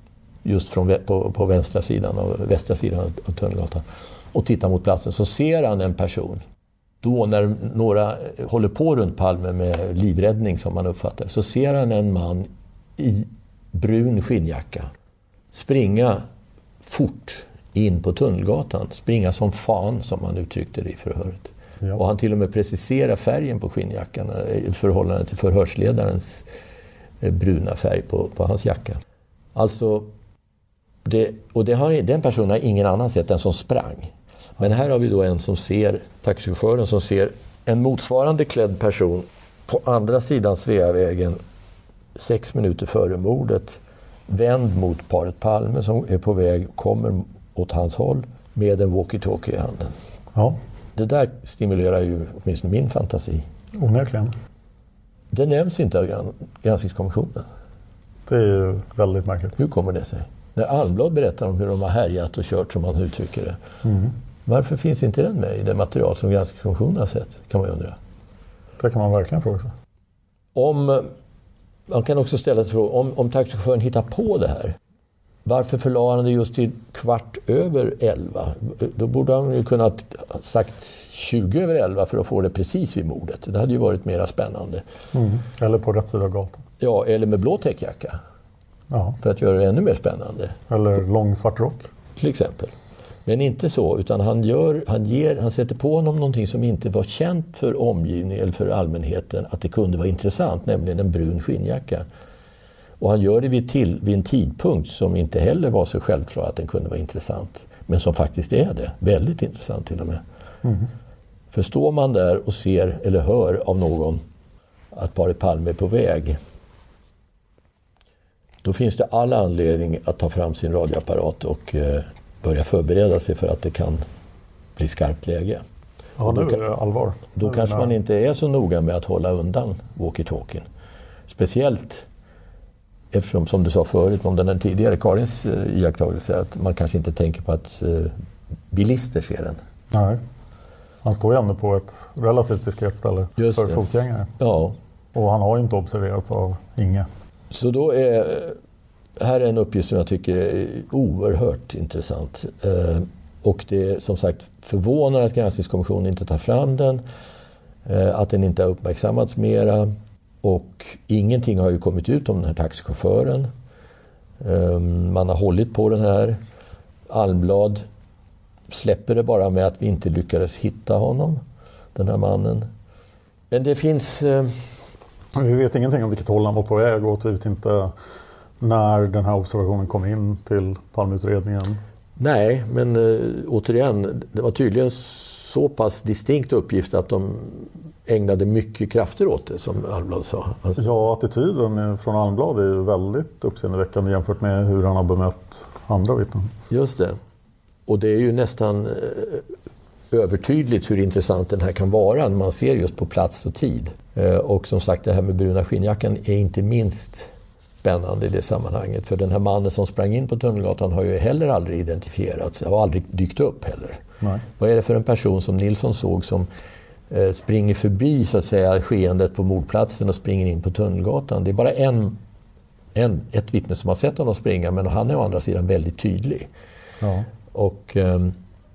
just från, på, på vänstra sidan och västra sidan av Tunnelgatan och tittar mot platsen, så ser han en person. Då när några håller på runt Palme med livräddning som man uppfattar, så ser han en man i brun skinnjacka springa fort in på Tunnelgatan. Springa som fan, som man uttryckte det i förhöret. Ja. Och han till och med preciserar färgen på skinnjackan i förhållande till förhörsledarens bruna färg på, på hans jacka. Alltså, det, och det har, den personen har ingen annan sett än som sprang. Men här har vi då en som ser, taxichauffören som ser en motsvarande klädd person på andra sidan Sveavägen sex minuter före mordet, vänd mot paret Palme som är på väg, kommer åt hans håll med en walkie-talkie i handen. Ja. Det där stimulerar ju åtminstone min fantasi. Onekligen. Det nämns inte av granskningskommissionen. Det är ju väldigt märkligt. Hur kommer det sig? När Almblad berättar om hur de har härjat och kört, som man uttrycker det. Mm. Varför finns inte den med i det material som granskningskommissionen har sett, kan man undra. Det kan man verkligen fråga sig. Om, man kan också ställa sig frågan, om, om taxichauffören hittar på det här, varför förlade han det just till kvart över elva? Då borde han ju kunnat ha sagt tjugo över elva för att få det precis vid mordet. Det hade ju varit mera spännande. Mm. Eller på rätt sida av gatan. Ja, eller med blå täckjacka. Ja. För att göra det ännu mer spännande. Eller lång svart rock. Till exempel. Men inte så, utan han, gör, han, ger, han sätter på honom någonting som inte var känt för omgivningen eller för allmänheten att det kunde vara intressant, nämligen en brun skinnjacka. Och han gör det vid, till, vid en tidpunkt som inte heller var så självklar att den kunde vara intressant. Men som faktiskt är det. Väldigt intressant till och med. Mm. För står man där och ser eller hör av någon att paret Palme är på väg, då finns det all anledning att ta fram sin radioapparat och eh, börja förbereda sig för att det kan bli skarpt läge. Ja, nu är det allvar. Då kanske man inte är så noga med att hålla undan walkie-talkien. Speciellt eftersom, som du sa förut om den tidigare Karins eh, iakttagelse, att man kanske inte tänker på att eh, bilister ser den. Nej, han står ju ändå på ett relativt diskret ställe Just för det. fotgängare. Ja. Och han har ju inte observerats av Inge. Så då är, här är en uppgift som jag tycker är oerhört intressant. Eh, och det är som sagt förvånar att granskningskommissionen inte tar fram den. Eh, att den inte har uppmärksammats mera. Och ingenting har ju kommit ut om den här taxichauffören. Eh, man har hållit på den här. Almblad släpper det bara med att vi inte lyckades hitta honom, den här mannen. Men det finns... Eh, Vi vet ingenting om vilket håll han var på väg och vi vet inte när den här observationen kom in till Palmeutredningen. Nej, men äh, återigen, det var tydligen så pass distinkt uppgift att de ägnade mycket krafter åt det, som Almblad sa. Alltså... Ja, attityden från Almblad är ju väldigt uppseendeväckande jämfört med hur han har bemött andra vittnen. Just det. Och det är ju nästan äh, övertydligt hur intressant den här kan vara när man ser just på plats och tid. Och som sagt, det här med bruna skinnjackan är inte minst spännande i det sammanhanget. För den här mannen som sprang in på Tunnelgatan har ju heller aldrig identifierats. Har aldrig dykt upp heller. Nej. Vad är det för en person som Nilsson såg som eh, springer förbi så att säga skeendet på mordplatsen och springer in på Tunnelgatan? Det är bara en, en, ett vittne som har sett honom springa, men han är å andra sidan väldigt tydlig. Ja. Och eh,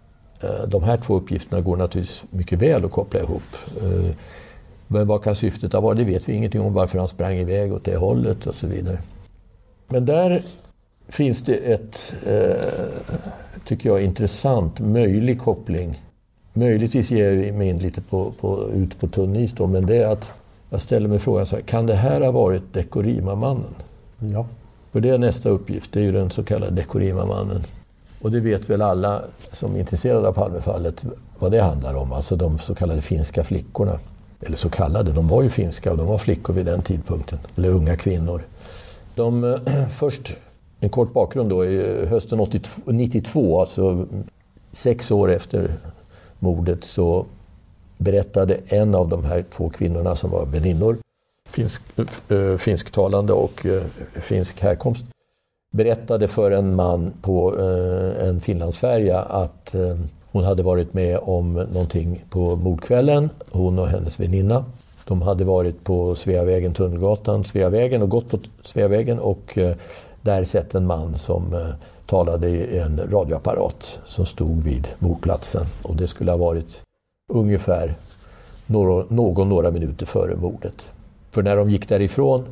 de här två uppgifterna går naturligtvis mycket väl att koppla ihop. Eh, Men vad kan syftet ha varit? Det vet vi ingenting om, varför han sprang iväg åt det hållet och så vidare. Men där finns det ett, eh, tycker jag, intressant, möjlig koppling. Möjligtvis ger vi mig in lite på, på, ut på tunn is då, men det är att jag ställer mig frågan så här, kan det här ha varit Dekorima-mannen? Ja. För det är nästa uppgift, det är ju den så kallade Dekorima-mannen. Och det vet väl alla som är intresserade av Palmefallet vad det handlar om, alltså de så kallade finska flickorna. Eller så kallade, de var ju finska och de var flickor vid den tidpunkten. Eller unga kvinnor. De, först, en kort bakgrund då, i hösten nittiotvå, alltså sex år efter mordet, så berättade en av de här två kvinnorna som var väninnor, finsk, äh, finsktalande och äh, finsk härkomst, berättade för en man på äh, en finlandsfärja att äh, hon hade varit med om någonting på mordkvällen, hon och hennes väninna. De hade varit på Sveavägen, Tunnelgatan, Sveavägen och gått på Sveavägen och där sett en man som eh, talade i en radioapparat som stod vid mordplatsen. Och det skulle ha varit ungefär några, någon några minuter före mordet. För när de gick därifrån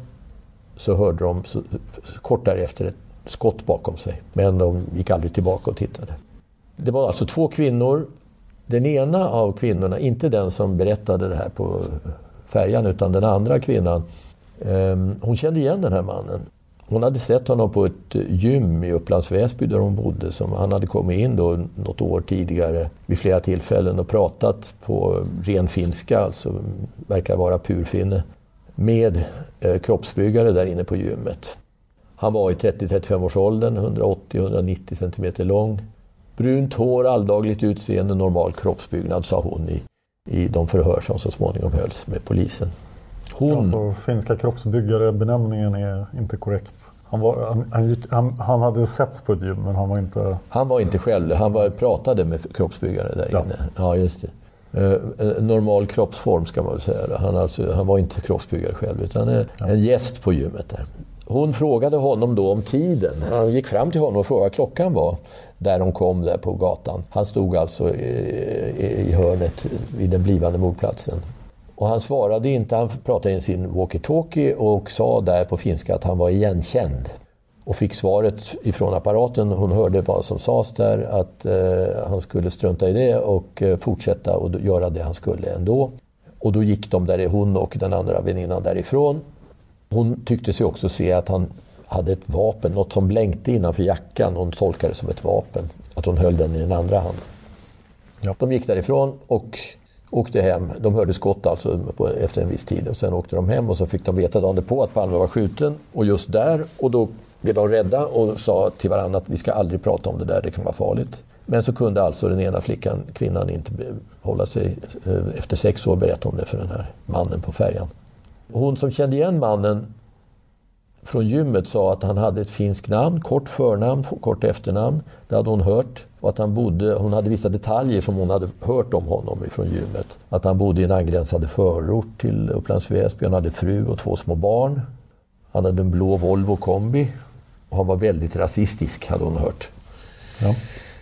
så hörde de så, kort därefter ett skott bakom sig. Men de gick aldrig tillbaka och tittade. Det var alltså två kvinnor. Den ena av kvinnorna, inte den som berättade det här på färjan utan den andra kvinnan, eh, hon kände igen den här mannen. Hon hade sett honom på ett gym i Upplands Väsby där hon bodde. Som han hade kommit in då något år tidigare vid flera tillfällen och pratat på ren finska, alltså verkar vara purfinne, med eh, kroppsbyggare där inne på gymmet. Han var i trettio till trettiofem års åldern, hundraåttio till hundranittio centimeter lång. Brunt hår, alldagligt utseende, normal kroppsbyggnad, sa hon i, i de förhör som så småningom hölls med polisen. Hon... Alltså finska kroppsbyggare, benämningen är inte korrekt. Han, var, han, han, gick, han, han hade setts på ett gym men han var inte... Han var inte själv, han var, pratade med kroppsbyggare där ja. inne. Ja, just det. Eh, normal kroppsform ska man väl säga. Han, alltså, han var inte kroppsbyggare själv utan en, ja. en gäst på gymmet där. Hon frågade honom då om tiden. Han gick fram till honom och frågade vad klockan var där de kom där på gatan. Han stod alltså i, i hörnet vid den blivande mordplatsen. Och han svarade inte, han pratade i sin walkie-talkie och sa där på finska att han var igenkänd. Och fick svaret ifrån apparaten, hon hörde vad som sades där, att eh, han skulle strunta i det och eh, fortsätta och göra det han skulle ändå. Och då gick de där, hon och den andra väninnan därifrån. Hon tyckte sig också se att han hade ett vapen, något som blänkte innanför jackan. Hon tolkade det som ett vapen, att hon höll den i den andra handen. Ja. De gick därifrån och åkte hem. De hörde skott alltså på, efter en viss tid. Och sen åkte de hem och så fick de veta dagen på att Palme var skjuten. Och just där, och då blev de rädda och sa till varandra att vi ska aldrig prata om det där, det kan vara farligt. Men så kunde alltså den ena flickan, kvinnan, inte hålla sig efter sex år berätta om det för den här mannen på färjan. Hon som kände igen mannen från gymmet sa att han hade ett finskt namn, kort förnamn, kort efternamn. Det hade hon hört. Och att han bodde, hon hade vissa detaljer som hon hade hört om honom från gymmet. Att han bodde i en angränsande förort till Upplands Väsby. Han hade fru och två små barn. Han hade en blå Volvo kombi. Och han var väldigt rasistisk, hade hon hört. Ja.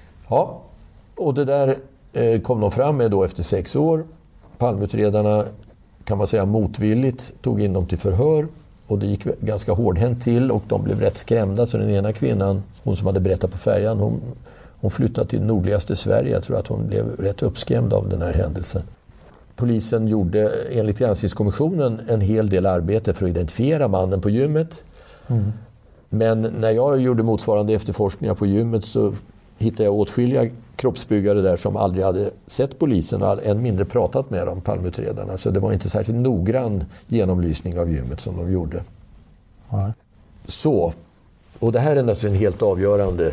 Ja, och det där eh, kom de fram med då efter sex år. Palmeutredarna, kan man säga motvilligt, tog in dem till förhör. Och det gick ganska hårdhänt till och de blev rätt skrämda. Så den ena kvinnan, hon som hade berättat på färjan, hon, hon flyttade till nordligaste Sverige. Jag tror att hon blev rätt uppskrämd av den här händelsen. Polisen gjorde enligt granskningskommissionen en hel del arbete för att identifiera mannen på gymmet. Mm. Men när jag gjorde motsvarande efterforskningar på gymmet så hittade jag åtskilliga kroppsbyggare där som aldrig hade sett polisen och än mindre pratat med dem, Palmeutredarna. Så det var inte särskilt noggrann genomlysning av gymmet som de gjorde. Nej. Så, och det här är naturligtvis en helt avgörande.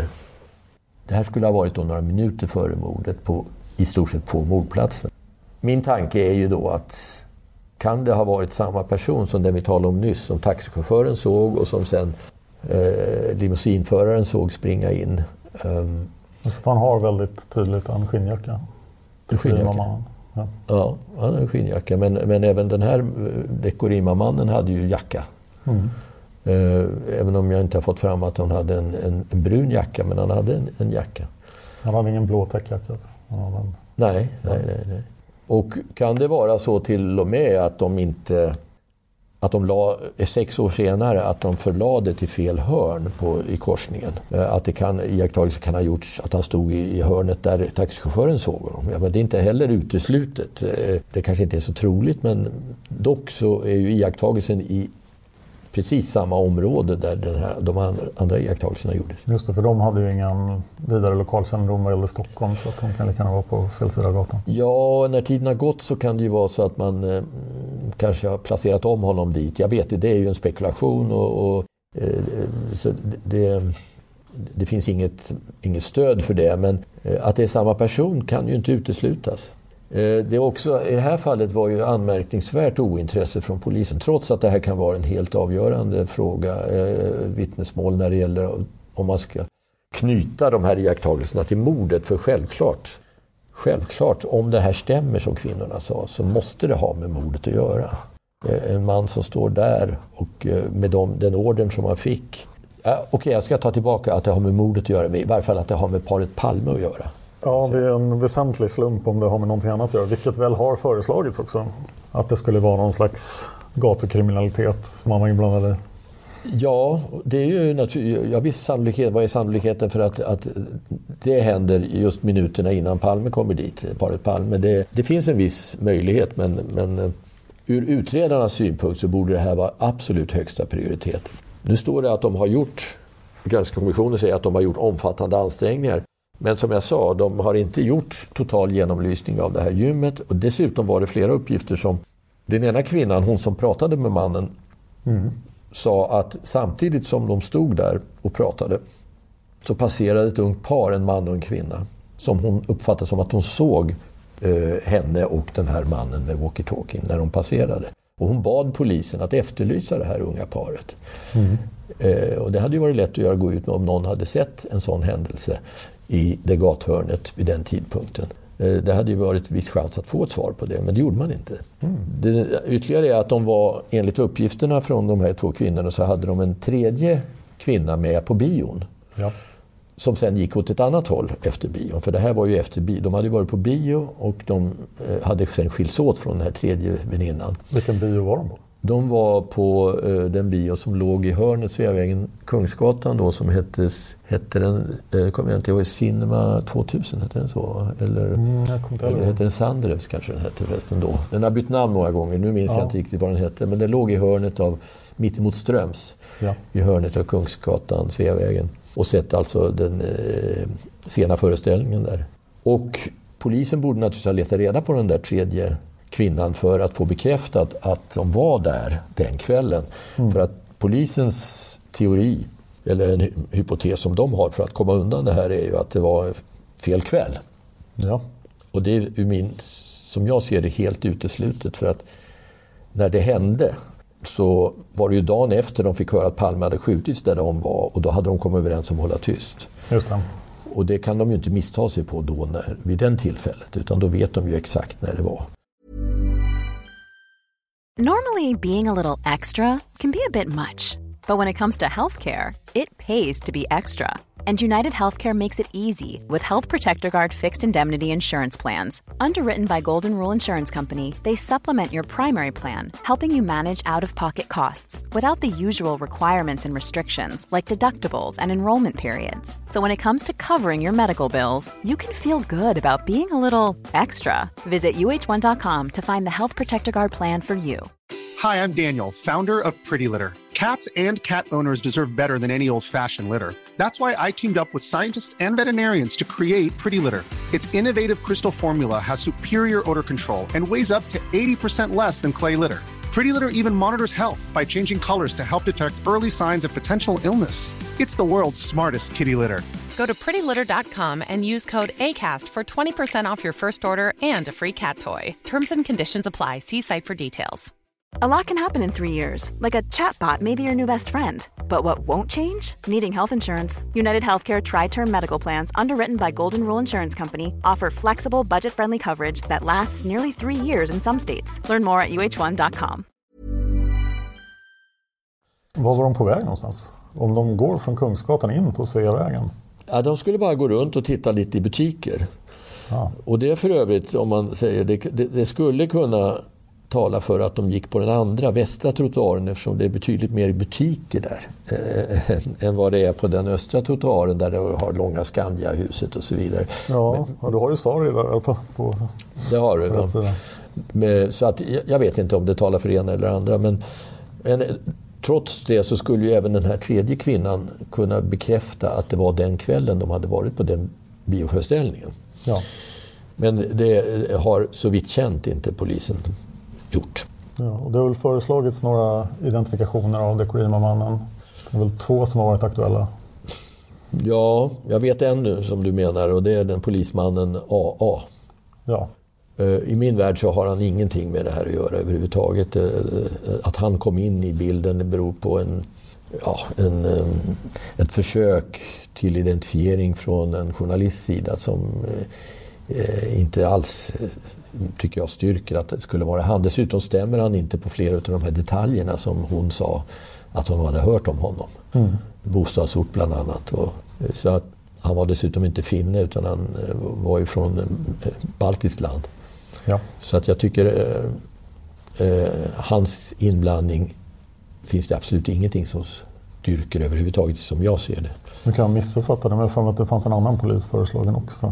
Det här skulle ha varit då några minuter före mordet på, i stort sett på mordplatsen. Min tanke är ju då att kan det ha varit samma person som den vi talade om nyss, som taxichauffören såg och som sen eh, limousinföraren såg springa in. Um, Så han har väldigt tydligt en skinnjacka. En skinnjacka. Ja. ja, han har en skinnjacka. Men, men även den här Dekorima-mannen hade ju jacka. Mm. Uh, även om jag inte har fått fram att han hade en, en, en brun jacka, men han hade en, en jacka. Han hade ingen blå täckjacka? Han hade en... nej, nej, nej, nej. Och kan det vara så till och med att de inte... att de la, sex år senare, att de förlade till fel hörn på, i korsningen. Att det kan, iakttagelse kan ha gjorts att han stod i, i hörnet där taxichauffören såg honom. Ja, men det är inte heller uteslutet. Det kanske inte är så troligt, men dock så är ju iakttagelsen i precis samma område där den här, de andra iakttagelserna gjordes. Just det, för de hade ju ingen vidare lokalkännedom vad gäller Stockholm, så att de kan lika gärna vara på fel sida av gatan. Ja, när tiden har gått så kan det ju vara så att man eh, kanske har placerat om honom dit. Jag vet, det är ju en spekulation och, och eh, så det, det finns inget, inget stöd för det, men eh, att det är samma person kan ju inte uteslutas. Det är också, i det här fallet var ju anmärkningsvärt ointresse från polisen, trots att det här kan vara en helt avgörande fråga, eh, vittnesmål när det gäller om man ska knyta de här iakttagelserna till mordet. För självklart, självklart om det här stämmer som kvinnorna sa, så måste det ha med mordet att göra. Eh, en man som står där och eh, med dem, den orden som han fick, Äh, Okej, okay, jag ska ta tillbaka att det har med mordet att göra, med, i varje fall att det har med paret Palme att göra. Ja, det är en väsentlig slump om det har med någonting annat att göra, vilket väl har föreslagits också. Att det skulle vara någon slags gatukriminalitet man var inblandad i. Ja, det är ju naturligt. Jag visst sannolikhet, vad är sannolikheten för att, att det händer just minuterna innan Palme kommer dit, paret Palme. Det, det finns en viss möjlighet, men, men ur utredarnas synpunkt så borde det här vara absolut högsta prioritet. Nu står det att de har gjort, granskningskommissionen säger att de har gjort omfattande ansträngningar. Men som jag sa, de har inte gjort total genomlysning av det här gymmet. Och dessutom var det flera uppgifter som den ena kvinnan, hon som pratade med mannen, mm. sa att samtidigt som de stod där och pratade så passerade ett ungt par, en man och en kvinna, som hon uppfattade som att hon såg eh, henne och den här mannen med walkie-talkie när de passerade. Och hon bad polisen att efterlysa det här unga paret. Mm. Eh, och det hade ju varit lätt att göra, gå ut med om någon hade sett en sån händelse i det gathörnet vid den tidpunkten. Eh, det hade ju varit viss chans att få ett svar på det, men det gjorde man inte. Mm. Det ytterligare är att de var, enligt uppgifterna från de här två kvinnorna, så hade de en tredje kvinna med på bion. Ja. Som sen gick åt ett annat håll efter bion. För det här var ju efter bio. De hade varit på bio och de eh, hade sen skilts åt från den här tredje väninnan. Vilken bio var de på? De var på eh, den bio som låg i hörnet, Sveavägen, Kungsgatan då, som hette, hette den, eh, kommer jag inte ihåg, Cinema tvåtusen, hette den så? Eller, mm, eller hette den Sandrevs kanske den hette förresten då. Den har bytt namn några gånger, nu minns ja. jag inte riktigt vad den hette. Men den låg i hörnet av, mitt emot Ströms, ja. i hörnet av Kungsgatan, Sveavägen. Och sett alltså den eh, sena föreställningen där. Och polisen borde naturligtvis ha letat reda på den där tredje kvinnan för att få bekräftat att de var där den kvällen. Mm. För att polisens teori, eller en hypotes som de har för att komma undan det här, är ju att det var fel kväll. Ja. Och det är ju min, som jag ser det, helt uteslutet, för att när det hände så var det ju dagen efter de fick höra att Palme hade skjutits där de var, och då hade de kommit överens om att hålla tyst. Just det. Och det kan de ju inte missta sig på då när, vid den tillfället, utan då vet de ju exakt när det var. Normally, being a little extra can be a bit much. But when it comes to healthcare, it pays to be extra. And United Healthcare makes it easy with Health Protector Guard fixed indemnity insurance plans. Underwritten by Golden Rule Insurance Company, they supplement your primary plan, helping you manage out-of-pocket costs without the usual requirements and restrictions like deductibles and enrollment periods. So when it comes to covering your medical bills, you can feel good about being a little extra. Visit U H one dot com to find the Health Protector Guard plan for you. Hi, I'm Daniel, founder of Pretty Litter. Cats and cat owners deserve better than any old-fashioned litter. That's why I teamed up with scientists and veterinarians to create Pretty Litter. Its innovative crystal formula has superior odor control and weighs up to eighty percent less than clay litter. Pretty Litter even monitors health by changing colors to help detect early signs of potential illness. It's the world's smartest kitty litter. Go to pretty litter dot com and use code ACAST for twenty percent off your first order and a free cat toy. Terms and conditions apply. See site for details. A lot can happen in three years, like a chatbot may be your new best friend. But what won't change? Needing health insurance. United Healthcare Tri-Term Medical Plans, underwritten by Golden Rule Insurance Company, offer flexible, budget-friendly coverage that lasts nearly three years in some states. Learn more at U H one dot com. Var var de på väg någonstans? Om de går från Kungsgatan in på Sveavägen? Ja, de skulle bara gå runt och titta lite i butiker. Ja. Och det är för övrigt, om man säger, det, det, det skulle kunna tala för att de gick på den andra västra trottoaren, eftersom det är betydligt mer butiker där eh, än, än vad det är på den östra trottoaren där det har långa Skandia-huset och så vidare. Ja, men, du har ju Sari där på, på det har du, ja. Men, så att, jag vet inte om det talar för ena eller andra, men, men trots det så skulle ju även den här tredje kvinnan kunna bekräfta att det var den kvällen de hade varit på den bioföreställningen. Ja. Men det har så vitt känt inte polisen gjort. Ja, och det har väl föreslagits några identifikationer av Dekorima-mannen. Det är väl två som har varit aktuella. Ja, jag vet en nu som du menar, och det är den polismannen A A. Ja. I min värld så har han ingenting med det här att göra överhuvudtaget. Att han kom in i bilden beror på en, ja, en, ett försök till identifiering från en journalists sida som inte alls, tycker jag, styrker att det skulle vara han. Dessutom stämmer han inte på flera av de här detaljerna som hon sa att hon hade hört om honom. Mm. bostadsort bland annat. Och, så att han var dessutom inte finne utan han var ju från ett baltiskt land. Ja. Så att jag tycker eh, eh, hans inblandning finns det absolut ingenting som styrker överhuvudtaget som jag ser det. Du kan missuppfatta det, men för att det fanns en annan polis föreslagen också.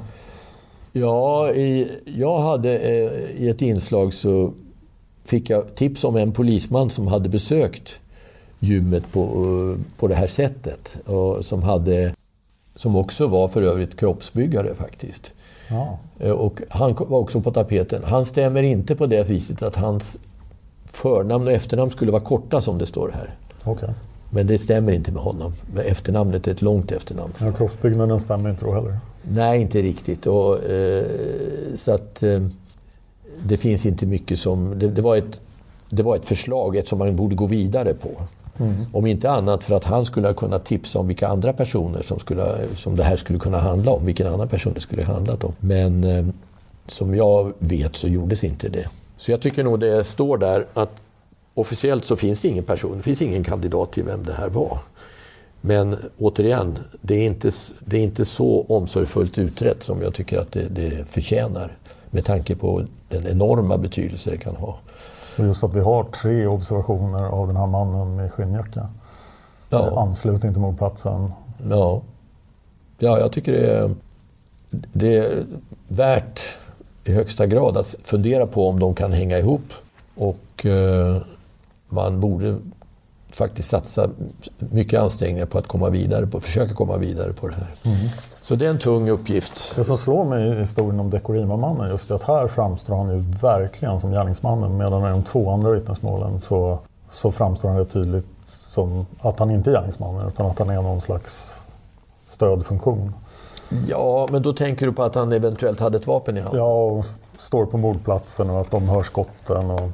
Ja, i, jag hade eh, i ett inslag så fick jag tips om en polisman som hade besökt gymmet på, på det här sättet. Och som, hade, som också var för övrigt kroppsbyggare faktiskt. Ja. Och han var också på tapeten. Han stämmer inte på det viset att hans förnamn och efternamn skulle vara korta som det står här. Okay. Men det stämmer inte med honom. Efternamnet är ett långt efternamn. Ja, kroppsbyggnaden stämmer inte då heller. Nej, inte riktigt. Och, eh, så att eh, det finns inte mycket som... Det, det, var ett, det var ett förslag, ett som man borde gå vidare på. Mm. Om inte annat för att han skulle kunna tipsa om vilka andra personer som, skulle, som det här skulle kunna handla om. Vilken annan person det skulle handlat om. Men eh, som jag vet så gjordes inte det. Så jag tycker nog det står där att officiellt så finns det ingen person, det finns ingen kandidat till vem det här var. Men återigen, det är inte, det är inte så omsorgsfullt utrett som jag tycker att det, det förtjänar. Med tanke på den enorma betydelse det kan ha. Och just att vi har tre observationer av den här mannen med skinnjacka. Ja. Anslutning till mordplatsen. Ja. Ja, jag tycker det är, det är värt i högsta grad att fundera på om de kan hänga ihop. Och eh, man borde faktiskt satsa mycket ansträngningar på att komma vidare, på att försöka komma vidare på det här. Mm. Så det är en tung uppgift. Det som slår mig i historien om Dekorima-mannen just är att här framstår han ju verkligen som gärningsmannen, medan i de två andra vittnesmålen så, så framstår han rätt tydligt som att han inte är gärningsmannen utan att han är någon slags stödfunktion. Ja, men då tänker du på att han eventuellt hade ett vapen i hand. Ja, och står på mordplatsen och att de hör skotten. Och...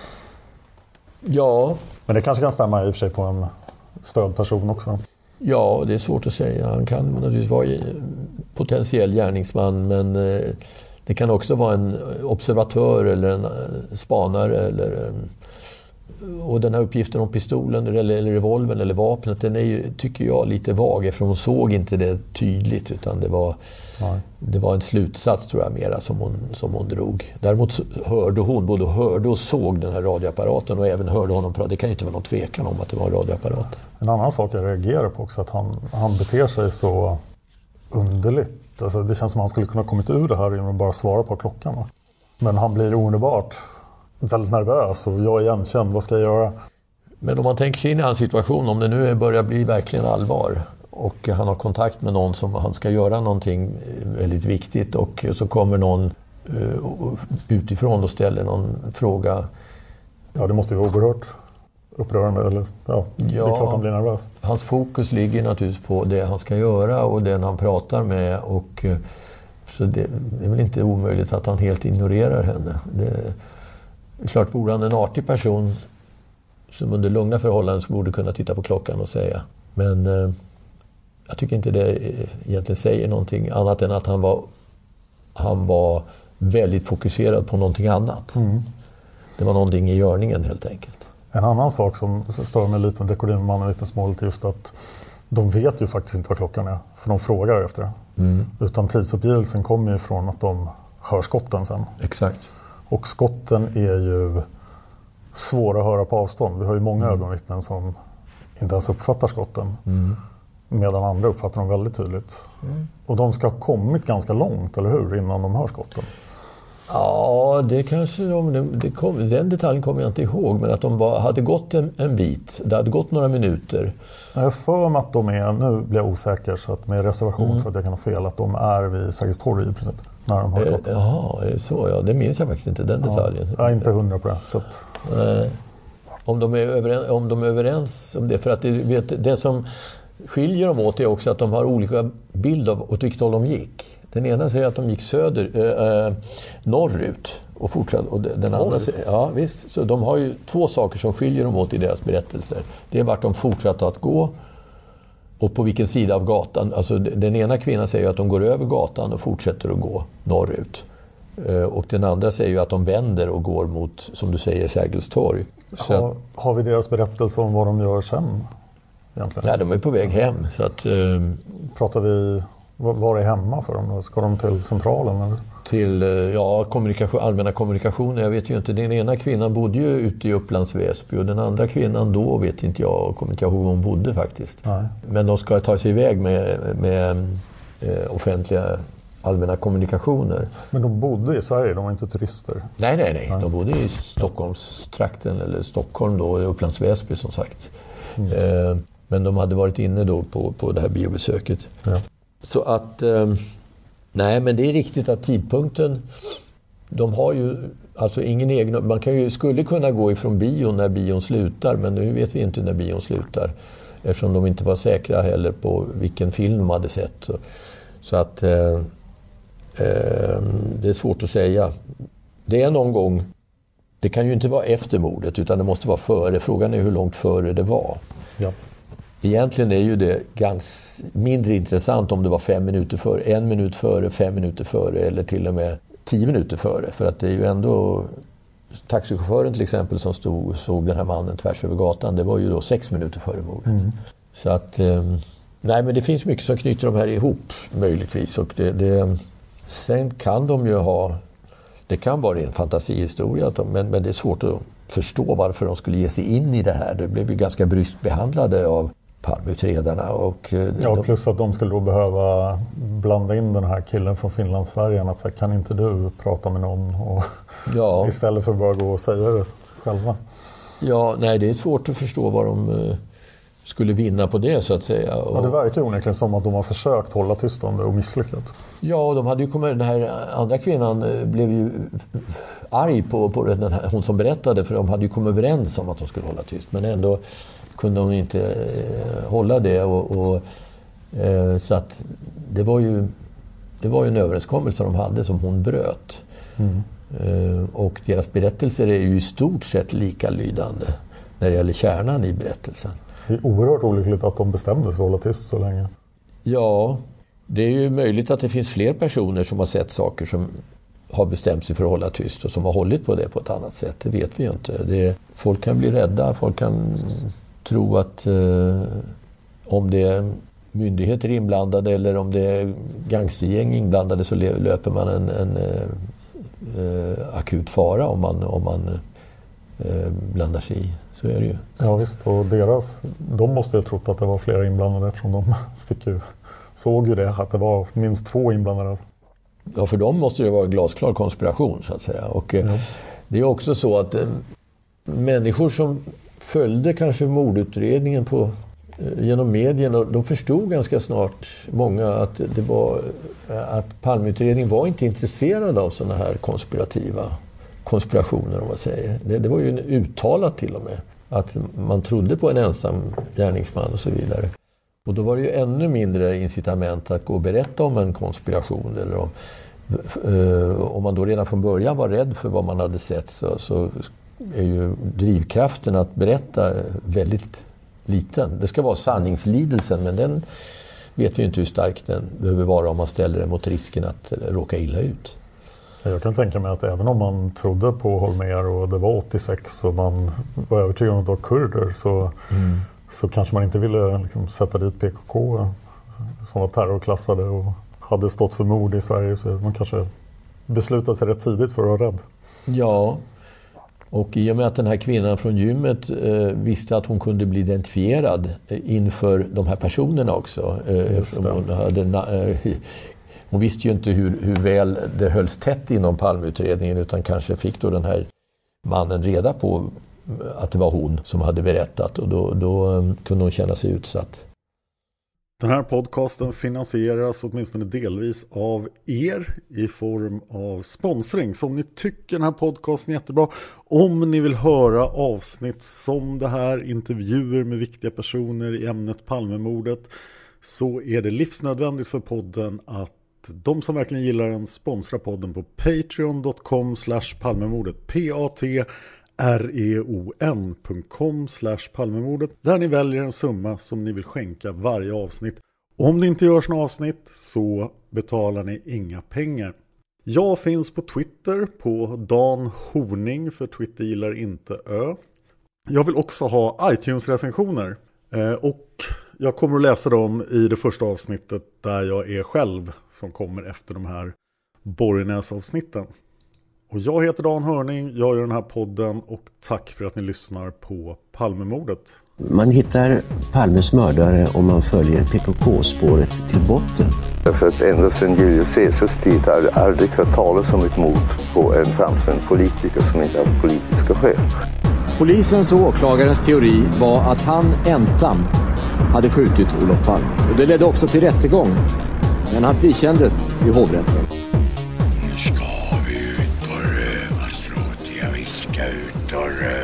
Ja. Men det kanske kan stämma i och för sig på en stödperson också. Ja, det är svårt att säga. Han kan naturligtvis vara potentiell gärningsman, men det kan också vara en observatör eller en spanare. Eller, och den här uppgiften om pistolen eller revolvern eller vapnet, den är ju, tycker jag, lite vag eftersom hon såg inte det tydligt utan det var, det var en slutsats tror jag mera som hon, som hon drog. Däremot hörde hon, både hörde och såg den här radioapparaten och även hörde honom prata. Det kan ju inte vara någon tvekan om att det var en radioapparat. En annan sak jag reagerar på också att han, han beter sig så underligt. Alltså, det känns som att han skulle kunna kommit ur det här genom att bara svara på klockan. Va? Men han blir omedelbart väldigt nervös och jag är igenkänd, vad ska jag göra? Men om man tänker sig in i hans situation, om det nu börjar bli verkligen allvar och han har kontakt med någon som han ska göra någonting väldigt viktigt och så kommer någon uh, utifrån och ställer någon fråga. Ja, det måste ju vara oerhört upprörande. Eller, ja, ja, det är klart han blir nervös. Hans fokus ligger naturligtvis på det han ska göra och den han pratar med och uh, så det, det är väl inte omöjligt att han helt ignorerar henne. Det, Det är klart, vore han en artig person som under lugna förhållanden borde kunna titta på klockan och säga. Men eh, jag tycker inte det egentligen säger någonting annat än att han var, han var väldigt fokuserad på någonting annat. Mm. Det var någonting i görningen helt enkelt. En annan sak som stör mig lite med Dekorima-mannen och vittnesmålet är just att de vet ju faktiskt inte vad klockan är. För de frågar efter det. Mm. Utan tidsuppgivelsen kommer ju från att de hör skotten sen. Exakt. Och skotten är ju svåra att höra på avstånd. Vi har ju många mm. ögonvittnen som inte ens uppfattar skotten. Mm. Medan andra uppfattar dem väldigt tydligt. Mm. Och de ska ha kommit ganska långt, eller hur? Innan de hör skotten. Ja, det kanske de... Det kom, den detaljen kommer jag inte ihåg. Men att de bara hade gått en, en bit. Det hade gått några minuter. Jag har för mig att de är... Nu blir jag osäker så att med reservation mm. för att jag kan ha fel. Att de är vid Sergels torg i princip. När de har gått. Jaha, är det så? Ja, det minns jag faktiskt inte, den detaljen. Ja, jag är inte hundra på det. Så att... Nej. Om de är överens, om de är överens om det. För att det, vet, det som skiljer dem åt är också att de har olika bild av åt vilket håll de gick. Den ena säger att de gick söder, äh, norrut och fortsatte. Och den andra säger, ja visst. Så de har ju två saker som skiljer dem åt i deras berättelser. Det är vart de fortsatte att gå och på vilken sida av gatan. Alltså den ena kvinnan säger att de går över gatan och fortsätter att gå norrut. Och den andra säger ju att de vänder och går mot, som du säger, Sergels torg. Så har, har vi deras berättelse om vad de gör sen? egentligen? Nej, de är på väg hem. Så att, eh, Pratar vi, var är hemma för dem då? Ska de till centralen eller? Till ja, kommunikation, allmänna kommunikationer, jag vet ju inte. Den ena kvinnan bodde ju ute i Upplands Väsby och den andra kvinnan då vet inte jag, kommer inte ihåg hur hon bodde faktiskt. Nej. Men de ska ta sig iväg med, med eh, offentliga allmänna kommunikationer. Men de bodde i Sverige, de var inte turister? Nej, nej, nej. nej. De bodde i Stockholmstrakten eller Stockholm då, i Upplands Väsby som sagt. Mm. Eh, men de hade varit inne då på, på det här biobesöket. Ja. Så att... Eh, Nej, men det är riktigt att tidpunkten, de har ju alltså ingen egen, man kan ju, skulle kunna gå ifrån bion när bion slutar, men nu vet vi inte när bion slutar eftersom de inte var säkra heller på vilken film de hade sett. Så, så att eh, eh, det är svårt att säga. Det är någon gång, det kan ju inte vara efter mordet utan det måste vara före. Frågan är hur långt före det var. Ja. Egentligen är ju det ganska mindre intressant om det var fem minuter före, en minut före, fem minuter före eller till och med tio minuter före. För att det är ju ändå taxichauffören till exempel som stod, såg den här mannen tvärs över gatan. Det var ju då sex minuter före mordet. Mm. Så att, nej men det finns mycket som knyter de här ihop möjligtvis. Och det, det, sen kan de ju ha, det kan vara en fantasihistoria men, men det är svårt att förstå varför de skulle ge sig in i det här. Det blev ju ganska bryskt behandlade av Palmeutredarna. Och ja, de... plus att de skulle då behöva blanda in den här killen från Finlandsfärjan att säga, kan inte du prata med någon? Och ja. Istället för att bara gå och säga det själva. Ja, nej det är svårt att förstå vad de uh, skulle vinna på det så att säga. Och... Ja, det verkar onekligen som att de har försökt hålla tyst om det och misslyckats. Ja, de hade ju kommit, den här andra kvinnan uh, blev ju arg på, på den här, hon som berättade för de hade ju kommit överens om att de skulle hålla tyst men ändå kunde hon inte eh, hålla det och, och eh, så att det var ju det var ju en överenskommelse de hade som hon bröt. Mm. Eh, och deras berättelser är ju i stort sett lika lydande när det gäller kärnan i berättelsen. Det är oerhört olyckligt att de bestämde sig för att hålla tyst så länge. Ja, det är ju möjligt att det finns fler personer som har sett saker som har bestämt sig för att hålla tyst och som har hållit på det på ett annat sätt. Det vet vi ju inte. Det, folk kan bli rädda, folk kan tro att eh, om det är myndigheter inblandade eller om det är gangstergäng inblandade så löper man en, en eh, akut fara om man, om man eh, blandar sig i. Så är det ju. Ja visst, och deras, de måste ju ha trott att det var flera inblandade eftersom de fick ju, såg ju det, att det var minst två inblandade. Ja, för dem måste det vara glasklar konspiration så att säga. Och eh, ja. Det är också så att eh, människor som följde kanske mordutredningen på, eh, genom medierna, de förstod ganska snart många att det var att Palmeutredningen var inte intresserad av sådana här konspirativa konspirationer om man säger. Det, det var ju uttalat till och med att man trodde på en ensam gärningsman och så vidare. Och då var det ju ännu mindre incitament att gå och berätta om en konspiration eller om, eh, om man då redan från början var rädd för vad man hade sett så, så är ju drivkraften att berätta väldigt liten. Det ska vara sanningslidelsen men den vet vi inte hur stark den behöver vara om man ställer den mot risken att råka illa ut. Jag kan tänka mig att även om man trodde på Holmér och det var åttiosex och man var övertygad om att det var kurder så, mm. så kanske man inte ville liksom sätta dit P K K som var terrorklassade och hade stått för mord i Sverige så man kanske beslutade sig rätt tidigt för att vara rädd. Ja, och i och med att den här kvinnan från gymmet eh, visste att hon kunde bli identifierad eh, inför de här personerna också. Eh, hon, hade, eh, hon visste ju inte hur, hur väl det hölls tätt inom Palmeutredningen utan kanske fick då den här mannen reda på att det var hon som hade berättat och då, då um, kunde hon känna sig utsatt. Den här podcasten finansieras åtminstone delvis av er i form av sponsring. Så om ni tycker den här podcasten är jättebra, om ni vill höra avsnitt som det här, intervjuer med viktiga personer i ämnet Palmemordet, så är det livsnödvändigt för podden att de som verkligen gillar den sponsrar podden på patreon dot com slash palmemordet. P-A-T R-E-O-N punkt com slash palmemordet där ni väljer en summa som ni vill skänka varje avsnitt. Om det inte görs några avsnitt så betalar ni inga pengar. Jag finns på Twitter på Dan Horning för Twitter gillar inte ö. Jag vill också ha iTunes-recensioner. Eh, och jag kommer att läsa dem i det första avsnittet där jag är själv, som kommer efter de här Borgnäs-avsnitten. Och jag heter Dan Hörning, jag gör den här podden och tack för att ni lyssnar på Palmemordet. Man hittar Palmes mördare om man följer P K K-spåret till botten. För att ända sedan Julius Caesars tid har det aldrig hört talas om ett mord på en framstående politiker som inte har politiska skäl. Polisens och åklagarens teori var att han ensam hade skjutit Olof Palme. Och det ledde också till rättegång. Men han frikändes i hovrätten. Nu ska vi ut på rövarstråt. Ja, vi ska ut och röva.